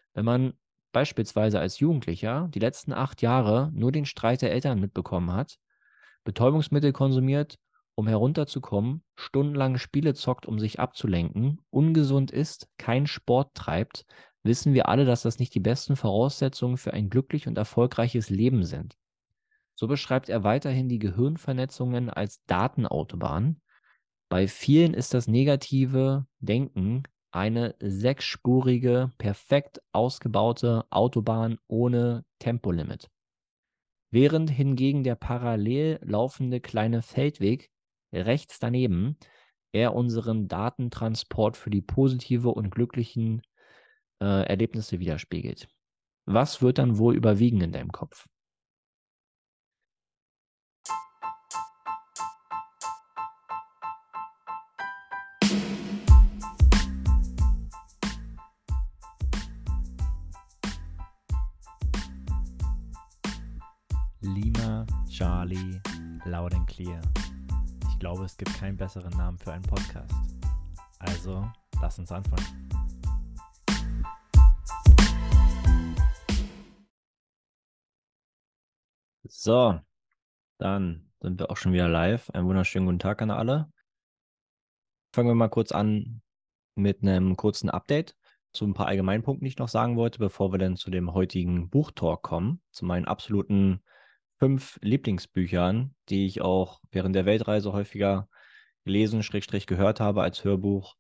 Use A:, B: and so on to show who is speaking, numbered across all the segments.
A: Wenn man beispielsweise als Jugendlicher die letzten 8 Jahre nur den Streit der Eltern mitbekommen hat, Betäubungsmittel konsumiert, um herunterzukommen, stundenlang Spiele zockt, um sich abzulenken, ungesund ist, keinen Sport treibt, wissen wir alle, dass das nicht die besten Voraussetzungen für ein glücklich und erfolgreiches Leben sind. So beschreibt er weiterhin die Gehirnvernetzungen als Datenautobahn. Bei vielen ist das negative Denken eine sechsspurige, perfekt ausgebaute Autobahn ohne Tempolimit. Während hingegen der parallel laufende kleine Feldweg rechts daneben eher unseren Datentransport für die positive und glücklichen Erlebnisse widerspiegelt. Was wird dann wohl überwiegen in deinem Kopf?
B: Lima, Charlie, Loud and Clear. Ich glaube, es gibt keinen besseren Namen für einen Podcast. Also, lass uns anfangen.
A: So, dann sind wir auch schon wieder live. Einen wunderschönen guten Tag an alle. Fangen wir mal kurz an mit einem kurzen Update zu ein paar Allgemeinpunkten, die ich noch sagen wollte, bevor wir dann zu dem heutigen Buchtalk kommen, zu meinen absoluten 5 Lieblingsbüchern, die ich auch während der Weltreise häufiger gelesen, Schrägstrich gehört habe als Hörbuch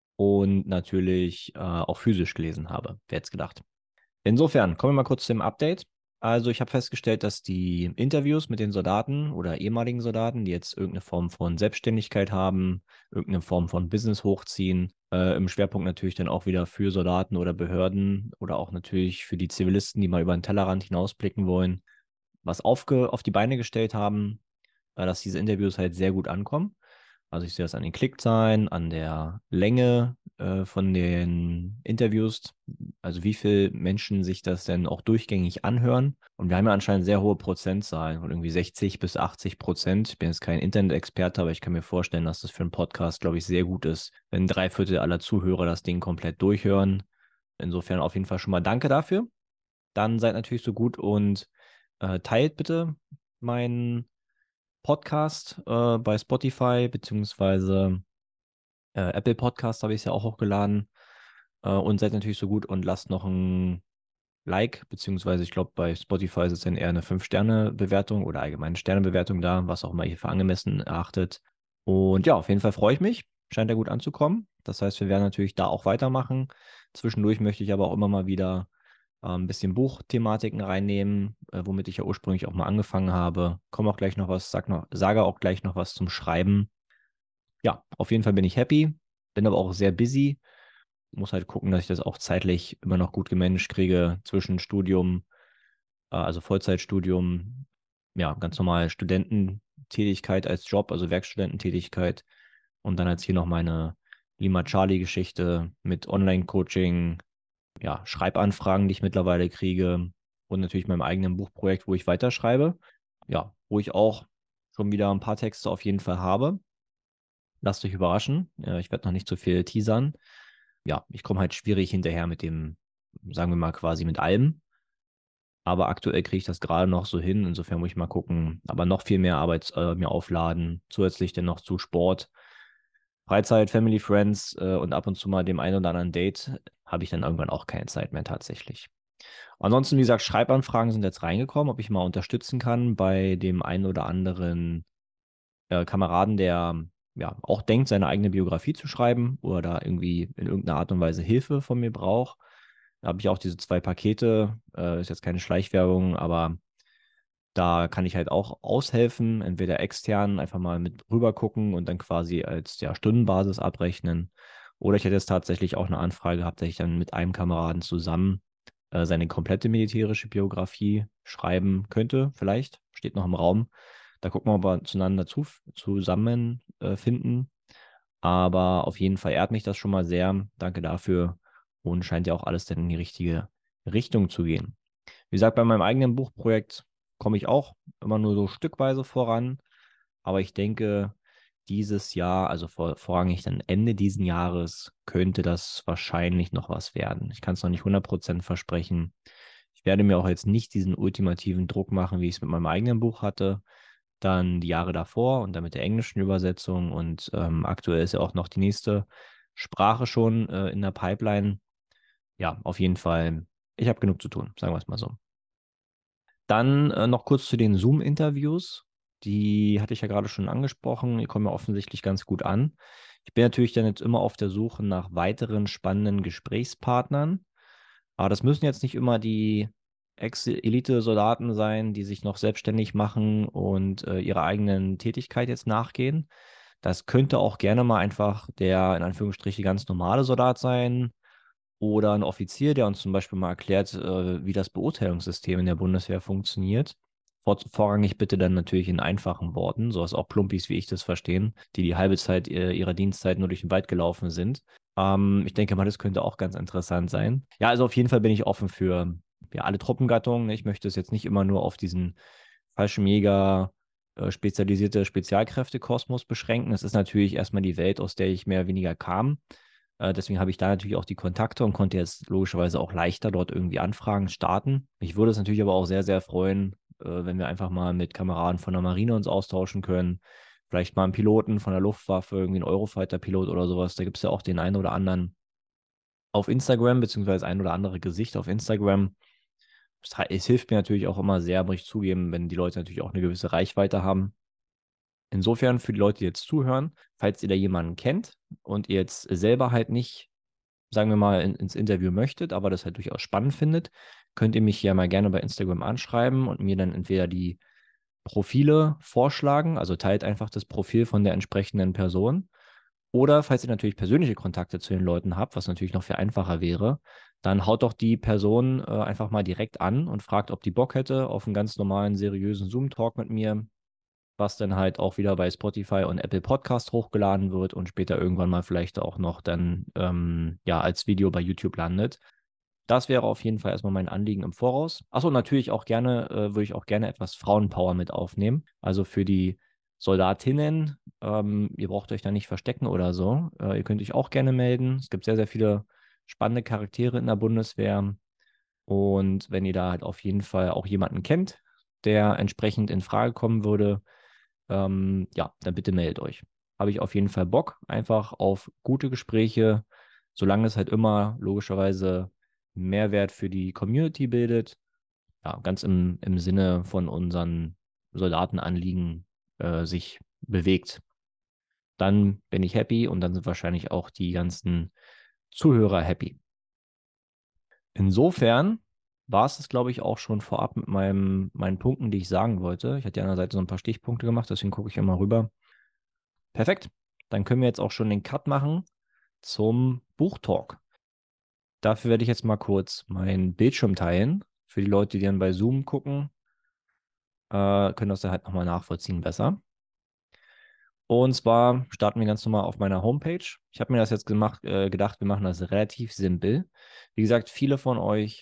A: und natürlich auch physisch gelesen habe. Wer hätte es gedacht? Insofern, kommen wir mal kurz zu dem Update. Also ich habe festgestellt, dass die Interviews mit den Soldaten oder ehemaligen Soldaten, die jetzt irgendeine Form von Selbstständigkeit haben, irgendeine Form von Business hochziehen, im Schwerpunkt natürlich dann auch wieder für Soldaten oder Behörden oder auch natürlich für die Zivilisten, die mal über den Tellerrand hinausblicken wollen, was auf die Beine gestellt haben, dass diese Interviews halt sehr gut ankommen. Also ich sehe das an den Klickzahlen, an der Länge von den Interviews, also wie viele Menschen sich das denn auch durchgängig anhören. Und wir haben ja anscheinend sehr hohe Prozentzahlen von irgendwie 60-80%. Ich bin jetzt kein Internet-Experte, aber ich kann mir vorstellen, dass das für einen Podcast, glaube ich, sehr gut ist, wenn 3/4 aller Zuhörer das Ding komplett durchhören. Insofern auf jeden Fall schon mal danke dafür. Dann seid natürlich so gut und teilt bitte meinen Podcast bei Spotify beziehungsweise Apple Podcast habe ich es ja auch hochgeladen. Und seid natürlich so gut und lasst noch ein Like, beziehungsweise ich glaube, bei Spotify ist es dann eher eine 5-Sterne-Bewertung oder allgemeine Sternebewertung da, was auch immer ihr für angemessen erachtet. Und ja, auf jeden Fall freue ich mich. Scheint ja gut anzukommen. Das heißt, wir werden natürlich da auch weitermachen. Zwischendurch möchte ich aber auch immer mal wieder ein bisschen Buchthematiken reinnehmen, womit ich ja ursprünglich auch mal angefangen habe. Komme auch gleich noch was, sage auch gleich noch was zum Schreiben. Ja, auf jeden Fall bin ich happy, bin aber auch sehr busy. Muss halt gucken, dass ich das auch zeitlich immer noch gut gemanagt kriege zwischen Studium, also Vollzeitstudium, ja, ganz normal Studententätigkeit als Job, also Werkstudententätigkeit und dann jetzt hier noch meine Lima Charlie-Geschichte mit Online-Coaching, ja, Schreibanfragen, die ich mittlerweile kriege und natürlich meinem eigenen Buchprojekt, wo ich weiterschreibe, ja, wo ich auch schon wieder ein paar Texte auf jeden Fall habe. Lasst euch überraschen. Ich werde noch nicht zu viel teasern. Ja, ich komme halt schwierig hinterher mit dem, sagen wir mal quasi mit allem. Aber aktuell kriege ich das gerade noch so hin. Insofern muss ich mal gucken. Aber noch viel mehr Arbeit mir aufladen. Zusätzlich dann noch zu Sport, Freizeit, Family, Friends und ab und zu mal dem einen oder anderen Date habe ich dann irgendwann auch keine Zeit mehr tatsächlich. Ansonsten, wie gesagt, Schreibanfragen sind jetzt reingekommen, ob ich mal unterstützen kann bei dem einen oder anderen Kameraden, der ja auch denkt, seine eigene Biografie zu schreiben oder da irgendwie in irgendeiner Art und Weise Hilfe von mir braucht. Da habe ich auch diese 2 Pakete, ist jetzt keine Schleichwerbung, aber da kann ich halt auch aushelfen, entweder extern einfach mal mit rüber gucken und dann quasi als ja, Stundenbasis abrechnen. Oder ich hätte jetzt tatsächlich auch eine Anfrage gehabt, dass ich dann mit einem Kameraden zusammen seine komplette militärische Biografie schreiben könnte, vielleicht, steht noch im Raum. Da gucken wir, ob wir zueinander zusammen finden. Aber auf jeden Fall ehrt mich das schon mal sehr. Danke dafür. Und scheint ja auch alles dann in die richtige Richtung zu gehen. Wie gesagt, bei meinem eigenen Buchprojekt komme ich auch immer nur so stückweise voran. Aber ich denke, dieses Jahr, also vorrangig dann Ende diesen Jahres, könnte das wahrscheinlich noch was werden. Ich kann es noch nicht 100% versprechen. Ich werde mir auch jetzt nicht diesen ultimativen Druck machen, wie ich es mit meinem eigenen Buch hatte, dann die Jahre davor und dann mit der englischen Übersetzung und aktuell ist ja auch noch die nächste Sprache schon in der Pipeline. Ja, auf jeden Fall, ich habe genug zu tun, sagen wir es mal so. Dann noch kurz zu den Zoom-Interviews. Die hatte ich ja gerade schon angesprochen. Die kommen ja offensichtlich ganz gut an. Ich bin natürlich dann jetzt immer auf der Suche nach weiteren spannenden Gesprächspartnern. Aber das müssen jetzt nicht immer die Ex-Elite-Soldaten sein, die sich noch selbstständig machen und ihrer eigenen Tätigkeit jetzt nachgehen. Das könnte auch gerne mal einfach der in Anführungsstrichen ganz normale Soldat sein, oder ein Offizier, der uns zum Beispiel mal erklärt, wie das Beurteilungssystem in der Bundeswehr funktioniert. Vorrangig bitte dann natürlich in einfachen Worten, so dass auch Plumpis wie ich das verstehen, die die halbe Zeit ihrer Dienstzeit nur durch den Wald gelaufen sind. Ich denke mal, das könnte auch ganz interessant sein. Ja, also auf jeden Fall bin ich offen für ja, alle Truppengattungen. Ich möchte es jetzt nicht immer nur auf diesen Fallschirmjäger spezialisierte Spezialkräftekosmos beschränken. Das ist natürlich erstmal die Welt, aus der ich mehr oder weniger kam. Deswegen habe ich da natürlich auch die Kontakte und konnte jetzt logischerweise auch leichter dort irgendwie Anfragen starten. Mich würde es natürlich aber auch sehr, sehr freuen, wenn wir einfach mal mit Kameraden von der Marine uns austauschen können. Vielleicht mal einen Piloten von der Luftwaffe, irgendwie einen Eurofighter-Pilot oder sowas. Da gibt es ja auch den einen oder anderen auf Instagram, beziehungsweise ein oder andere Gesicht auf Instagram. Es hilft mir natürlich auch immer sehr, muss ich zugeben, wenn die Leute natürlich auch eine gewisse Reichweite haben. Insofern für die Leute, die jetzt zuhören, falls ihr da jemanden kennt und ihr jetzt selber halt nicht, sagen wir mal, ins Interview möchtet, aber das halt durchaus spannend findet, könnt ihr mich ja mal gerne bei Instagram anschreiben und mir dann entweder die Profile vorschlagen, also teilt einfach das Profil von der entsprechenden Person. Oder falls ihr natürlich persönliche Kontakte zu den Leuten habt, was natürlich noch viel einfacher wäre, dann haut doch die Person einfach mal direkt an und fragt, ob die Bock hätte auf einen ganz normalen, seriösen Zoom-Talk mit mir, was dann halt auch wieder bei Spotify und Apple Podcast hochgeladen wird und später irgendwann mal vielleicht auch noch dann ja als Video bei YouTube landet. Das wäre auf jeden Fall erstmal mein Anliegen im Voraus. Achso, natürlich auch gerne, würde ich auch gerne etwas Frauenpower mit aufnehmen. Also für die Soldatinnen, ihr braucht euch da nicht verstecken oder so. Ihr könnt euch auch gerne melden. Es gibt sehr, sehr viele spannende Charaktere in der Bundeswehr. Und wenn ihr da halt auf jeden Fall auch jemanden kennt, der entsprechend in Frage kommen würde, ja, dann bitte meldet euch. Habe ich auf jeden Fall Bock, einfach auf gute Gespräche, solange es halt immer logischerweise Mehrwert für die Community bildet. Ja, ganz im Sinne von unseren Soldatenanliegen sich bewegt. Dann bin ich happy und dann sind wahrscheinlich auch die ganzen Zuhörer happy. Insofern war es das, glaube ich, auch schon vorab mit meinen Punkten, die ich sagen wollte. Ich hatte ja an der Seite so ein paar Stichpunkte gemacht, deswegen gucke ich immer rüber. Perfekt. Dann können wir jetzt auch schon den Cut machen zum Buchtalk. Dafür werde ich jetzt mal kurz meinen Bildschirm teilen. Für die Leute, die dann bei Zoom gucken, können das dann halt nochmal nachvollziehen besser. Und zwar starten wir ganz normal auf meiner Homepage. Ich habe mir das jetzt gedacht, wir machen das relativ simpel. Wie gesagt, viele von euch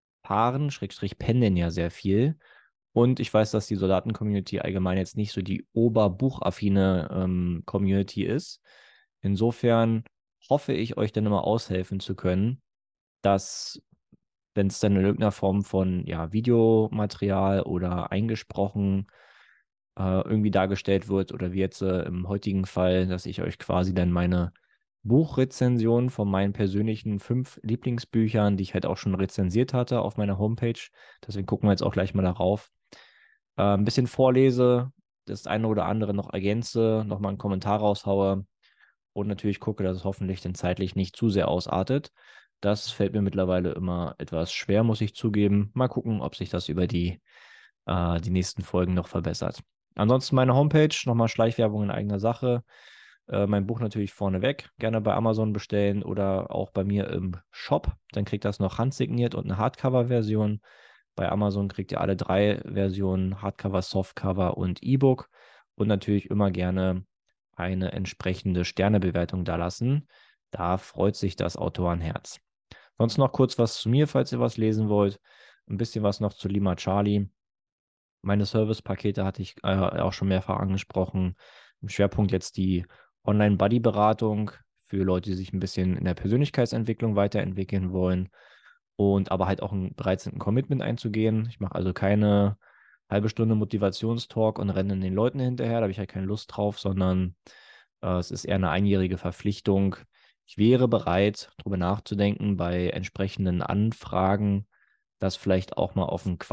A: pendeln ja sehr viel. Und ich weiß, dass die Soldaten-Community allgemein jetzt nicht so die oberbuchaffine Community ist. Insofern hoffe ich, euch dann immer aushelfen zu können, dass, wenn es dann in irgendeiner Form von ja, Videomaterial oder eingesprochen irgendwie dargestellt wird, oder wie jetzt im heutigen Fall, dass ich euch quasi dann meine Buchrezension von meinen persönlichen 5 Lieblingsbüchern, die ich halt auch schon rezensiert hatte, auf meiner Homepage. Deswegen gucken wir jetzt auch gleich mal darauf. Ein bisschen vorlese, das eine oder andere noch ergänze, nochmal einen Kommentar raushaue und natürlich gucke, dass es hoffentlich dann zeitlich nicht zu sehr ausartet. Das fällt mir mittlerweile immer etwas schwer, muss ich zugeben. Mal gucken, ob sich das über die nächsten Folgen noch verbessert. Ansonsten meine Homepage, nochmal Schleichwerbung in eigener Sache. Mein Buch natürlich vorneweg. Gerne bei Amazon bestellen oder auch bei mir im Shop. Dann kriegt das noch handsigniert und eine Hardcover-Version. Bei Amazon kriegt ihr alle 3 Versionen, Hardcover, Softcover und E-Book. Und natürlich immer gerne eine entsprechende Sternebewertung dalassen. Da freut sich das Autorenherz. Sonst noch kurz was zu mir, falls ihr was lesen wollt. Ein bisschen was noch zu Lima Charlie. Meine Servicepakete hatte ich auch schon mehrfach angesprochen. Im Schwerpunkt jetzt die Online-Buddy-Beratung für Leute, die sich ein bisschen in der Persönlichkeitsentwicklung weiterentwickeln wollen und aber halt auch bereit sind, ein Commitment einzugehen. Ich mache also keine halbe Stunde Motivationstalk und renne den Leuten hinterher, da habe ich halt keine Lust drauf, sondern es ist eher eine einjährige Verpflichtung. Ich wäre bereit, darüber nachzudenken, bei entsprechenden Anfragen, das vielleicht auch mal auf ein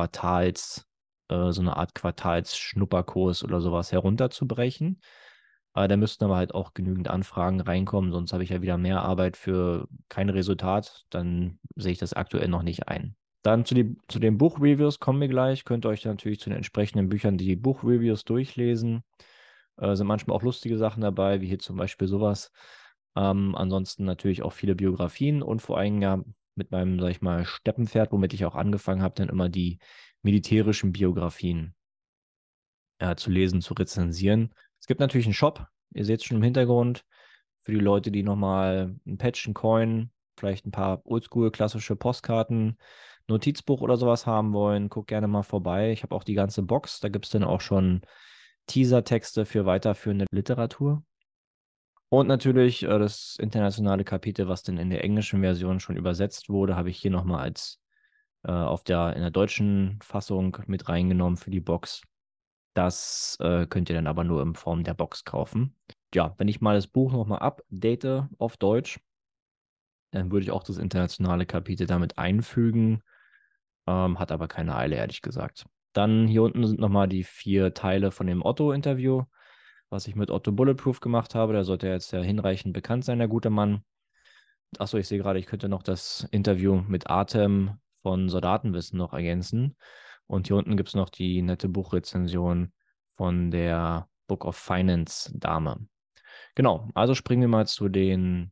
A: so eine Art Quartalsschnupperkurs oder sowas herunterzubrechen. Da müssten aber halt auch genügend Anfragen reinkommen, sonst habe ich ja wieder mehr Arbeit für kein Resultat. Dann sehe ich das aktuell noch nicht ein. Dann zu den Buchreviews kommen wir gleich. Könnt ihr euch natürlich zu den entsprechenden Büchern die Buchreviews durchlesen. Sind manchmal auch lustige Sachen dabei, wie hier zum Beispiel sowas. Ansonsten natürlich auch viele Biografien und vor allem ja mit meinem, sag ich mal, Steppenpferd, womit ich auch angefangen habe, dann immer die militärischen Biografien zu lesen, zu rezensieren. Es gibt natürlich einen Shop, ihr seht es schon im Hintergrund, für die Leute, die nochmal ein Patch, ein Coin, vielleicht ein paar oldschool klassische Postkarten, Notizbuch oder sowas haben wollen. Guckt gerne mal vorbei. Ich habe auch die ganze Box. Da gibt es dann auch schon Teasertexte für weiterführende Literatur. Und natürlich das internationale Kapitel, was dann in der englischen Version schon übersetzt wurde, habe ich hier nochmal in der deutschen Fassung mit reingenommen für die Box. Das könnt ihr dann aber nur in Form der Box kaufen. Ja, wenn ich mal das Buch nochmal update auf Deutsch, dann würde ich auch das internationale Kapitel damit einfügen. Hat aber keine Eile, ehrlich gesagt. Dann hier unten sind nochmal die 4 Teile von dem Otto-Interview, was ich mit Otto Bulletproof gemacht habe. Der sollte jetzt ja hinreichend bekannt sein, der gute Mann. Achso, ich sehe gerade, ich könnte noch das Interview mit Artem von Soldatenwissen noch ergänzen. Und hier unten gibt es noch die nette Buchrezension von der Book of Finance Dame. Genau, also springen wir mal zu den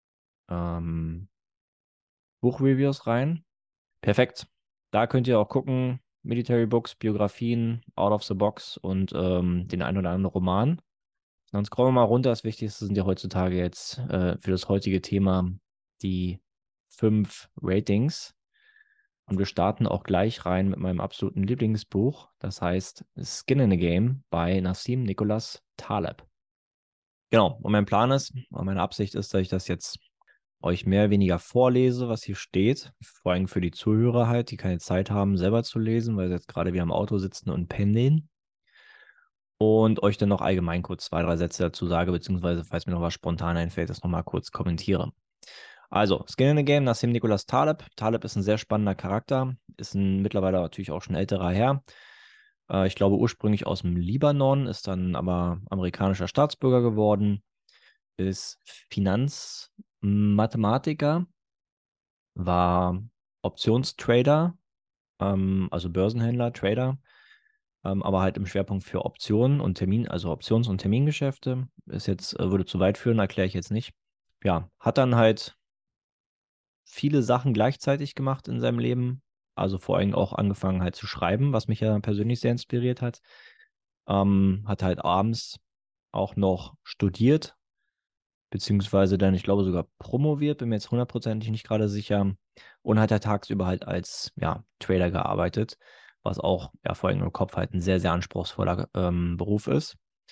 A: Buchreviews rein. Perfekt. Da könnt ihr auch gucken, Military Books, Biografien, Out of the Box und den ein oder anderen Roman. Dann scrollen wir mal runter. Das Wichtigste sind ja heutzutage jetzt für das heutige Thema die 5 Ratings. Und wir starten auch gleich rein mit meinem absoluten Lieblingsbuch. Das heißt Skin in the Game bei Nassim Nicholas Taleb. Genau, und mein Plan ist, und meine Absicht ist, dass ich das jetzt euch mehr oder weniger vorlese, was hier steht. Vor allem für die Zuhörer halt, die keine Zeit haben, selber zu lesen, weil sie jetzt gerade wieder im Auto sitzen und pendeln. Und euch dann noch allgemein kurz 2, 3 Sätze dazu sage, beziehungsweise, falls mir noch was spontan einfällt, das nochmal kurz kommentiere. Also, Skin in the Game, Nassim Nicholas Taleb. Taleb ist ein sehr spannender Charakter, ist ein mittlerweile natürlich auch schon älterer Herr. Ich glaube ursprünglich aus dem Libanon, ist dann aber amerikanischer Staatsbürger geworden, ist Finanzmathematiker, war Optionstrader, also Börsenhändler, Trader, aber halt im Schwerpunkt für Optionen und also Options- und Termingeschäfte. Würde zu weit führen, erkläre ich jetzt nicht. Ja, hat dann halt viele Sachen gleichzeitig gemacht in seinem Leben. Also vor allem auch angefangen halt zu schreiben, was mich ja persönlich sehr inspiriert hat. Hat halt abends auch noch studiert, beziehungsweise dann, ich glaube, sogar promoviert, bin mir jetzt hundertprozentig nicht gerade sicher. Und hat er tagsüber halt als ja, Trader gearbeitet, was auch ja, vor allem im Kopf halt ein sehr, sehr anspruchsvoller Beruf ist.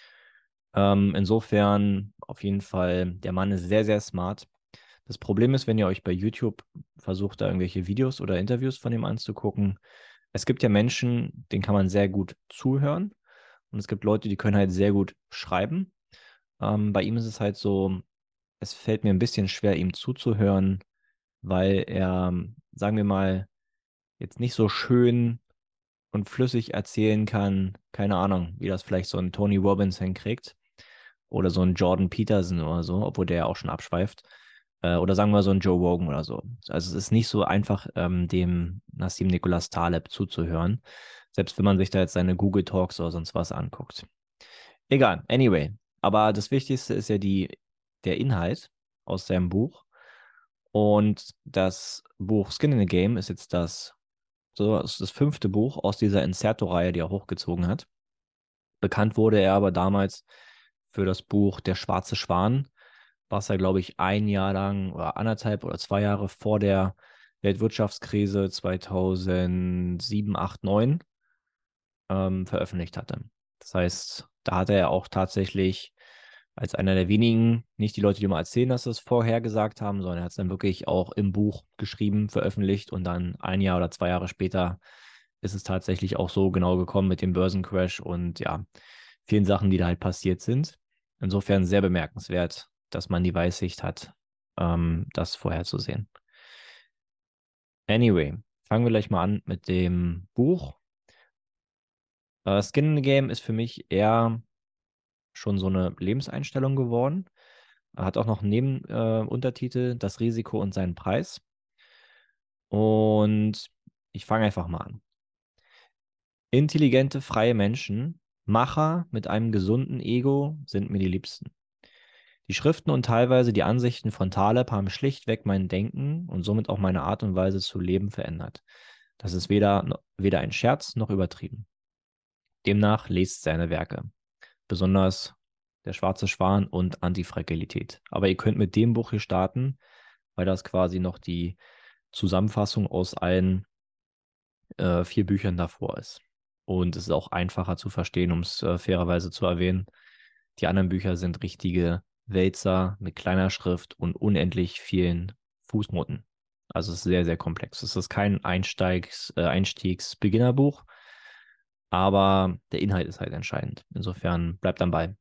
A: Insofern auf jeden Fall, der Mann ist sehr, sehr smart. Das Problem ist, wenn ihr euch bei YouTube versucht, da irgendwelche Videos oder Interviews von ihm anzugucken, es gibt ja Menschen, denen kann man sehr gut zuhören. Und es gibt Leute, die können halt sehr gut schreiben. Bei ihm ist es halt so, es fällt mir ein bisschen schwer, ihm zuzuhören, weil er, sagen wir mal, jetzt nicht so schön und flüssig erzählen kann. Keine Ahnung, wie das vielleicht so ein Tony Robbins hinkriegt oder so ein Jordan Peterson oder so, obwohl der ja auch schon abschweift. Oder sagen wir so ein Joe Rogan oder so. Also es ist nicht so einfach, dem Nassim Nicholas Taleb zuzuhören, selbst wenn man sich da jetzt seine Google Talks oder sonst was anguckt. Egal, anyway. Aber das Wichtigste ist ja der Inhalt aus seinem Buch. Und das Buch Skin in the Game ist jetzt das ist das 5. Buch aus dieser Incerto-Reihe, die er hochgezogen hat. Bekannt wurde er aber damals für das Buch Der schwarze Schwan, was er, glaube ich, ein Jahr lang oder 1,5 oder 2 Jahre vor der Weltwirtschaftskrise 2007, 8, 9 veröffentlicht hatte. Das heißt, da hat er ja auch tatsächlich als einer der wenigen, nicht die Leute, die mal erzählen, dass sie es vorher gesagt haben, sondern er hat es dann wirklich auch im Buch geschrieben, veröffentlicht und dann 1 Jahr oder 2 Jahre später ist es tatsächlich auch so genau gekommen mit dem Börsencrash und ja, vielen Sachen, die da halt passiert sind. Insofern sehr bemerkenswert, dass man die Weitsicht hat, das vorherzusehen. Anyway, fangen wir gleich mal an mit dem Buch. Skin in the Game ist für mich eher schon so eine Lebenseinstellung geworden. Hat auch noch einen Nebenuntertitel, das Risiko und seinen Preis. Und ich fange einfach mal an. Intelligente, freie Menschen, Macher mit einem gesunden Ego sind mir die Liebsten. Die Schriften und teilweise die Ansichten von Taleb haben schlichtweg mein Denken und somit auch meine Art und Weise zu leben verändert. Das ist weder ein Scherz noch übertrieben. Demnach lest seine Werke, besonders Der schwarze Schwan und Antifragilität. Aber ihr könnt mit dem Buch hier starten, weil das quasi noch die Zusammenfassung aus allen 4 Büchern davor ist. Und es ist auch einfacher zu verstehen, um es fairerweise zu erwähnen. Die anderen Bücher sind richtige Wälzer mit kleiner Schrift und unendlich vielen Fußnoten. Also es ist sehr, sehr komplex. Es ist kein Einstiegs-Beginnerbuch, aber der Inhalt ist halt entscheidend. Insofern bleibt dann bei.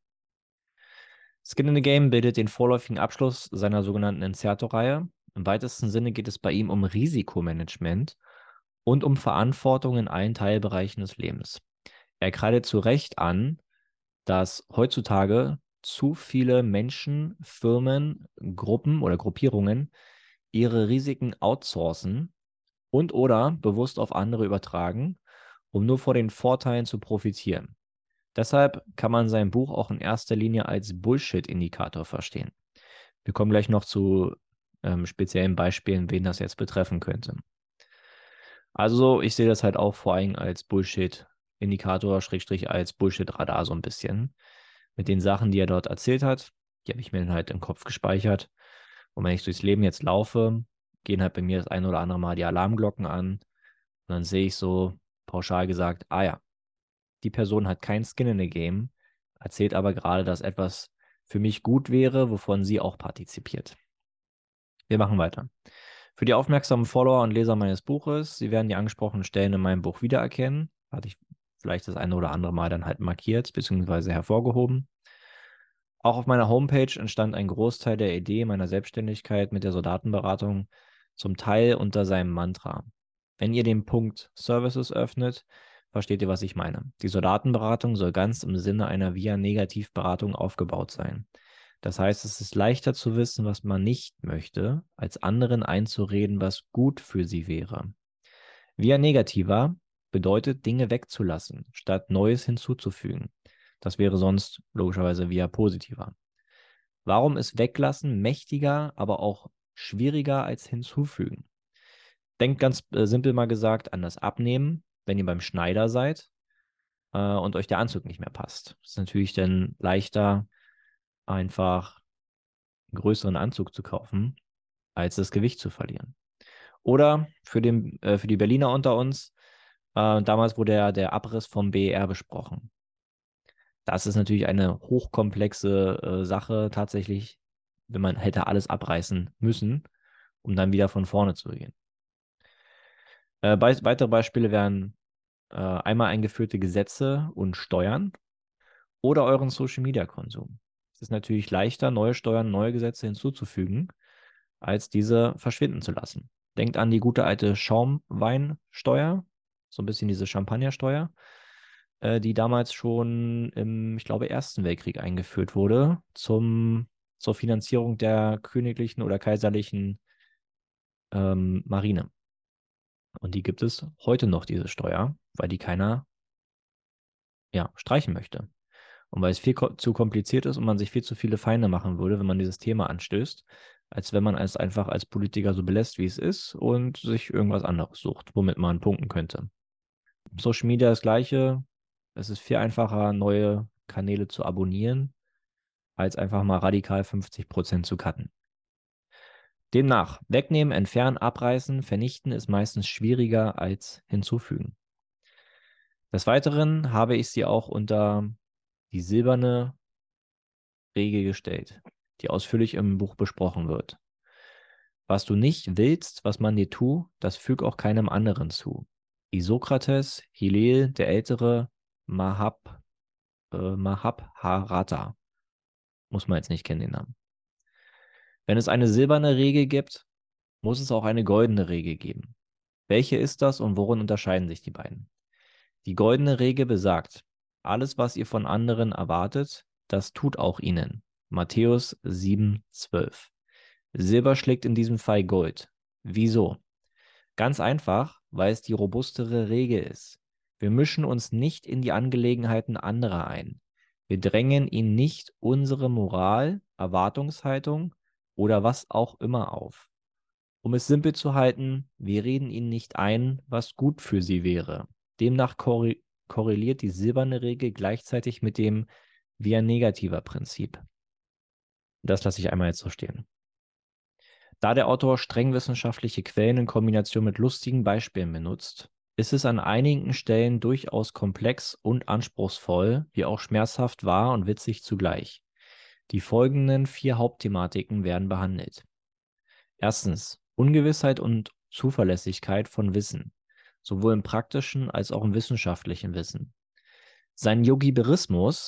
A: Skin in the Game bildet den vorläufigen Abschluss seiner sogenannten Encerto-Reihe. Im weitesten Sinne geht es bei ihm um Risikomanagement und um Verantwortung in allen Teilbereichen des Lebens. Er kreidet zu Recht an, dass heutzutage zu viele Menschen, Firmen, Gruppen oder Gruppierungen ihre Risiken outsourcen und oder bewusst auf andere übertragen, um nur vor den Vorteilen zu profitieren. Deshalb kann man sein Buch auch in erster Linie als Bullshit-Indikator verstehen. Wir kommen gleich noch zu speziellen Beispielen, wen das jetzt betreffen könnte. Also ich sehe das halt auch vor allem als Bullshit-Indikator, Schrägstrich als Bullshit-Radar so ein bisschen. Mit den Sachen, die er dort erzählt hat, die habe ich mir dann halt im Kopf gespeichert. Und wenn ich durchs Leben jetzt laufe, gehen halt bei mir das ein oder andere Mal die Alarmglocken an. Und dann sehe ich so pauschal gesagt, ah ja, die Person hat kein Skin in the Game, erzählt aber gerade, dass etwas für mich gut wäre, wovon sie auch partizipiert. Wir machen weiter. Für die aufmerksamen Follower und Leser meines Buches, Sie werden die angesprochenen Stellen in meinem Buch wiedererkennen. Hatte ich vielleicht das eine oder andere Mal dann halt markiert bzw. hervorgehoben. Auch auf meiner Homepage entstand ein Großteil der Idee meiner Selbstständigkeit mit der Soldatenberatung, zum Teil unter seinem Mantra. Wenn ihr den Punkt Services öffnet, versteht ihr, was ich meine. Die Soldatenberatung soll ganz im Sinne einer VIA-Negativberatung aufgebaut sein. Das heißt, es ist leichter zu wissen, was man nicht möchte, als anderen einzureden, was gut für sie wäre. VIA Negativa bedeutet, Dinge wegzulassen, statt Neues hinzuzufügen. Das wäre sonst logischerweise VIA Positiva. Warum ist Weglassen mächtiger, aber auch schwieriger als hinzufügen? Denkt ganz simpel mal gesagt an das Abnehmen, wenn ihr beim Schneider seid und euch der Anzug nicht mehr passt. Es ist natürlich dann leichter, einfach einen größeren Anzug zu kaufen, als das Gewicht zu verlieren. Oder für die Berliner unter uns, damals wurde ja der Abriss vom BER besprochen. Das ist natürlich eine hochkomplexe Sache tatsächlich, wenn man hätte alles abreißen müssen, um dann wieder von vorne zu gehen. Weitere Beispiele wären einmal eingeführte Gesetze und Steuern oder euren Social-Media-Konsum. Es ist natürlich leichter, neue Steuern, neue Gesetze hinzuzufügen, als diese verschwinden zu lassen. Denkt an die gute alte Schaumweinsteuer, so ein bisschen diese Champagnersteuer, die damals schon im, ich glaube, Ersten Weltkrieg eingeführt wurde, zur Finanzierung der königlichen oder kaiserlichen Marine. Und die gibt es heute noch, diese Steuer, weil die keiner streichen möchte. Und weil es viel zu kompliziert ist und man sich viel zu viele Feinde machen würde, wenn man dieses Thema anstößt, als wenn man es einfach als Politiker so belässt, wie es ist und sich irgendwas anderes sucht, womit man punkten könnte. Social Media das Gleiche. Es ist viel einfacher, neue Kanäle zu abonnieren, als einfach mal radikal 50% zu cutten. Demnach, wegnehmen, entfernen, abreißen, vernichten ist meistens schwieriger als hinzufügen. Des Weiteren habe ich sie auch unter die silberne Regel gestellt, die ausführlich im Buch besprochen wird. Was du nicht willst, was man dir tut, das füg auch keinem anderen zu. Isokrates, Hillel, der Ältere, Mahabharata. Muss man jetzt nicht kennen, den Namen. Wenn es eine silberne Regel gibt, muss es auch eine goldene Regel geben. Welche ist das und worin unterscheiden sich die beiden? Die goldene Regel besagt, alles, was ihr von anderen erwartet, das tut auch ihnen. Matthäus 7,12. Silber schlägt in diesem Fall Gold. Wieso? Ganz einfach, weil es die robustere Regel ist. Wir mischen uns nicht in die Angelegenheiten anderer ein. Wir drängen ihnen nicht unsere Moral, Erwartungshaltung oder was auch immer auf. Um es simpel zu halten, wir reden ihnen nicht ein, was gut für sie wäre. Demnach korreliert die silberne Regel gleichzeitig mit dem via negativer Prinzip. Das lasse ich einmal jetzt so stehen. Da der Autor streng wissenschaftliche Quellen in Kombination mit lustigen Beispielen benutzt, ist es an einigen Stellen durchaus komplex und anspruchsvoll, wie auch schmerzhaft wahr und witzig zugleich. Die folgenden 4 Hauptthematiken werden behandelt. Erstens, Ungewissheit und Zuverlässigkeit von Wissen, sowohl im praktischen als auch im wissenschaftlichen Wissen. Sein Yogi-Berismus,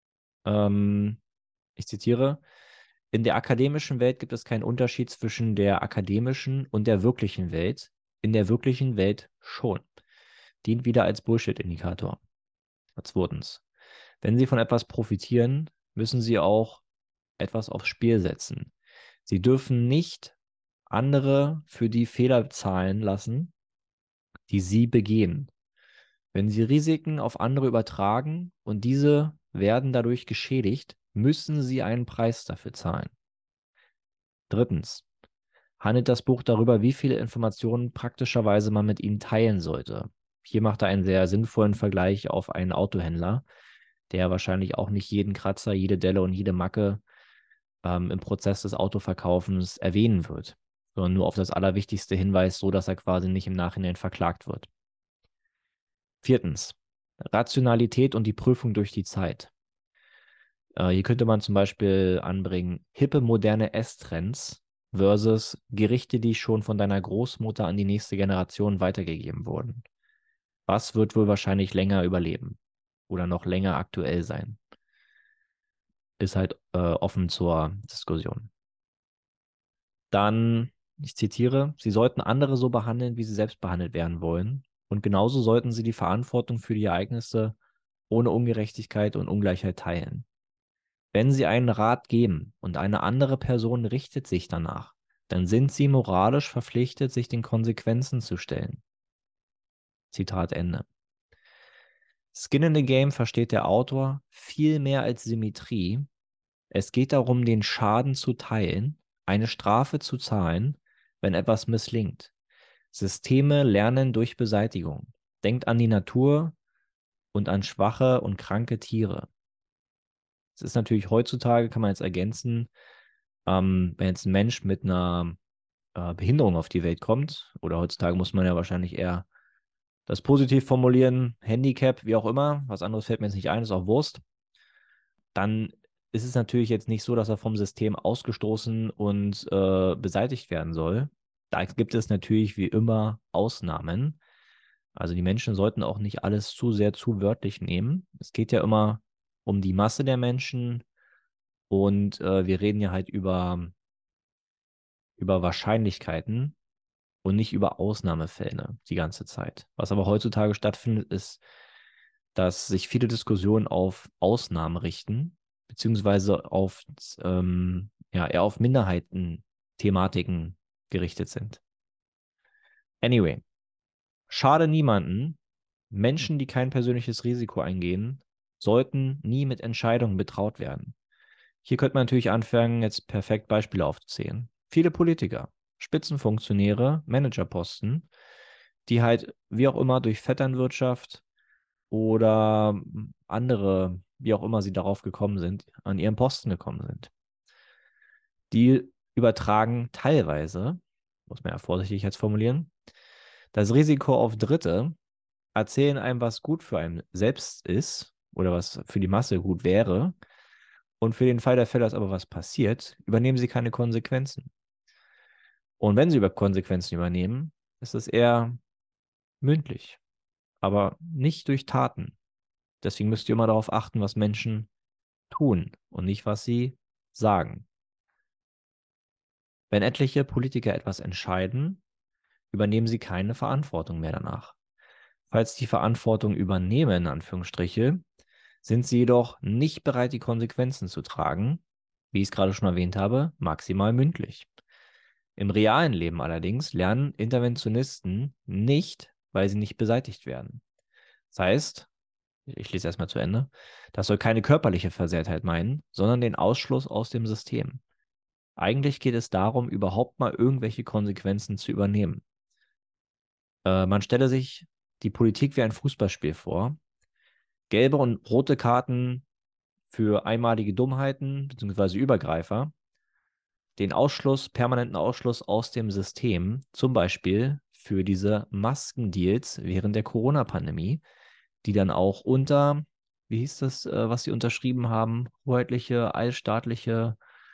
A: ich zitiere, in der akademischen Welt gibt es keinen Unterschied zwischen der akademischen und der wirklichen Welt. In der wirklichen Welt schon. Dient wieder als Bullshit-Indikator. Zweitens, wenn Sie von etwas profitieren, müssen Sie auch etwas aufs Spiel setzen. Sie dürfen nicht andere für die Fehler zahlen lassen, die Sie begehen. Wenn Sie Risiken auf andere übertragen und diese werden dadurch geschädigt, müssen Sie einen Preis dafür zahlen. Drittens, handelt das Buch darüber, wie viele Informationen praktischerweise man mit ihnen teilen sollte. Hier macht er einen sehr sinnvollen Vergleich auf einen Autohändler, der wahrscheinlich auch nicht jeden Kratzer, jede Delle und jede Macke im Prozess des Autoverkaufens erwähnen wird, sondern nur auf das Allerwichtigste hinweist, so dass er quasi nicht im Nachhinein verklagt wird. Viertens, Rationalität und die Prüfung durch die Zeit. Hier könnte man zum Beispiel anbringen, hippe moderne Esstrends versus Gerichte, die schon von deiner Großmutter an die nächste Generation weitergegeben wurden. Was wird wohl wahrscheinlich länger überleben oder noch länger aktuell sein? Ist halt offen zur Diskussion. Dann, ich zitiere, Sie sollten andere so behandeln, wie sie selbst behandelt werden wollen. Und genauso sollten sie die Verantwortung für die Ereignisse ohne Ungerechtigkeit und Ungleichheit teilen. Wenn Sie einen Rat geben und eine andere Person richtet sich danach, dann sind Sie moralisch verpflichtet, sich den Konsequenzen zu stellen. Zitat Ende. Skin in the Game versteht der Autor viel mehr als Symmetrie. Es geht darum, den Schaden zu teilen, eine Strafe zu zahlen, wenn etwas misslingt. Systeme lernen durch Beseitigung. Denkt an die Natur und an schwache und kranke Tiere. Es ist natürlich heutzutage, kann man jetzt ergänzen, wenn jetzt ein Mensch mit einer Behinderung auf die Welt kommt, oder heutzutage muss man ja wahrscheinlich eher das positiv formulieren, Handicap, wie auch immer, was anderes fällt mir jetzt nicht ein, ist auch Wurst, dann ist es natürlich jetzt nicht so, dass er vom System ausgestoßen und beseitigt werden soll. Da gibt es natürlich wie immer Ausnahmen. Also die Menschen sollten auch nicht alles zu sehr zu wörtlich nehmen. Es geht ja immer um die Masse der Menschen und wir reden ja halt über Wahrscheinlichkeiten und nicht über Ausnahmefälle die ganze Zeit. Was aber heutzutage stattfindet, ist, dass sich viele Diskussionen auf Ausnahmen richten, beziehungsweise auf, ja, eher auf Minderheiten-Thematiken gerichtet sind. Anyway, schade niemanden. Menschen, die kein persönliches Risiko eingehen, sollten nie mit Entscheidungen betraut werden. Hier könnte man natürlich anfangen, jetzt perfekt Beispiele aufzuzählen. Viele Politiker, Spitzenfunktionäre, Managerposten, die halt wie auch immer durch Vetternwirtschaft oder andere, wie auch immer sie darauf gekommen sind, an ihren Posten gekommen sind. Die übertragen teilweise, muss man ja vorsichtig jetzt formulieren, das Risiko auf Dritte, erzählen einem, was gut für einen selbst ist oder was für die Masse gut wäre. Und für den Fall der Fälle, dass aber was passiert, übernehmen sie keine Konsequenzen. Und wenn sie über Konsequenzen übernehmen, ist es eher mündlich, aber nicht durch Taten. Deswegen müsst ihr immer darauf achten, was Menschen tun und nicht, was sie sagen. Wenn etliche Politiker etwas entscheiden, übernehmen sie keine Verantwortung mehr danach. Falls die Verantwortung übernehmen, in Anführungsstriche, sind sie jedoch nicht bereit, die Konsequenzen zu tragen, wie ich es gerade schon erwähnt habe, maximal mündlich. Im realen Leben allerdings lernen Interventionisten nicht, weil sie nicht beseitigt werden. Das heißt, ich lese erstmal zu Ende, das soll keine körperliche Versehrtheit meinen, sondern den Ausschluss aus dem System. Eigentlich geht es darum, überhaupt mal irgendwelche Konsequenzen zu übernehmen. Man stelle sich die Politik wie ein Fußballspiel vor. Gelbe und rote Karten für einmalige Dummheiten bzw. Übergreifer, den Ausschluss, permanenten Ausschluss aus dem System, zum Beispiel für diese Maskendeals während der Corona-Pandemie, die dann auch unter, wie hieß das, was sie unterschrieben haben, hoheitliche, allstaatliche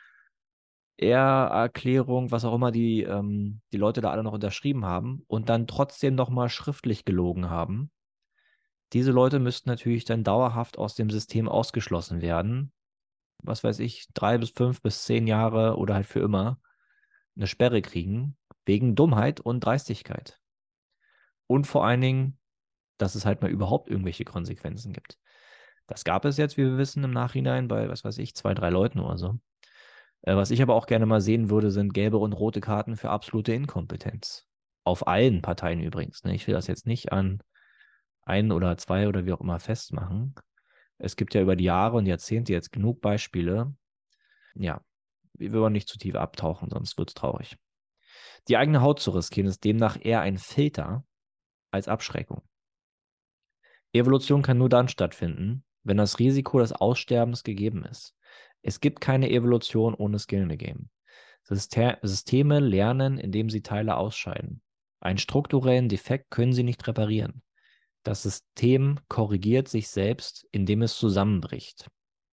A: Erklärung, was auch immer die Leute da alle noch unterschrieben haben und dann trotzdem nochmal schriftlich gelogen haben. Diese Leute müssten natürlich dann dauerhaft aus dem System ausgeschlossen werden. Was weiß ich, 3 bis 5 bis 10 Jahre oder halt für immer eine Sperre kriegen, wegen Dummheit und Dreistigkeit. Und vor allen Dingen, dass es halt mal überhaupt irgendwelche Konsequenzen gibt. Das gab es jetzt, wie wir wissen, im Nachhinein bei, was weiß ich, 2, 3 Leuten oder so. Was ich aber auch gerne mal sehen würde, sind gelbe und rote Karten für absolute Inkompetenz. Auf allen Parteien übrigens. Ne? Ich will das jetzt nicht an 1 oder 2 oder wie auch immer festmachen. Es gibt ja über die Jahre und Jahrzehnte jetzt genug Beispiele. Ja, wir wollen nicht zu tief abtauchen, sonst wird es traurig. Die eigene Haut zu riskieren ist demnach eher ein Filter als Abschreckung. Evolution kann nur dann stattfinden, wenn das Risiko des Aussterbens gegeben ist. Es gibt keine Evolution ohne Skin in the Game. Systeme lernen, indem sie Teile ausscheiden. Einen strukturellen Defekt können sie nicht reparieren. Das System korrigiert sich selbst, indem es zusammenbricht.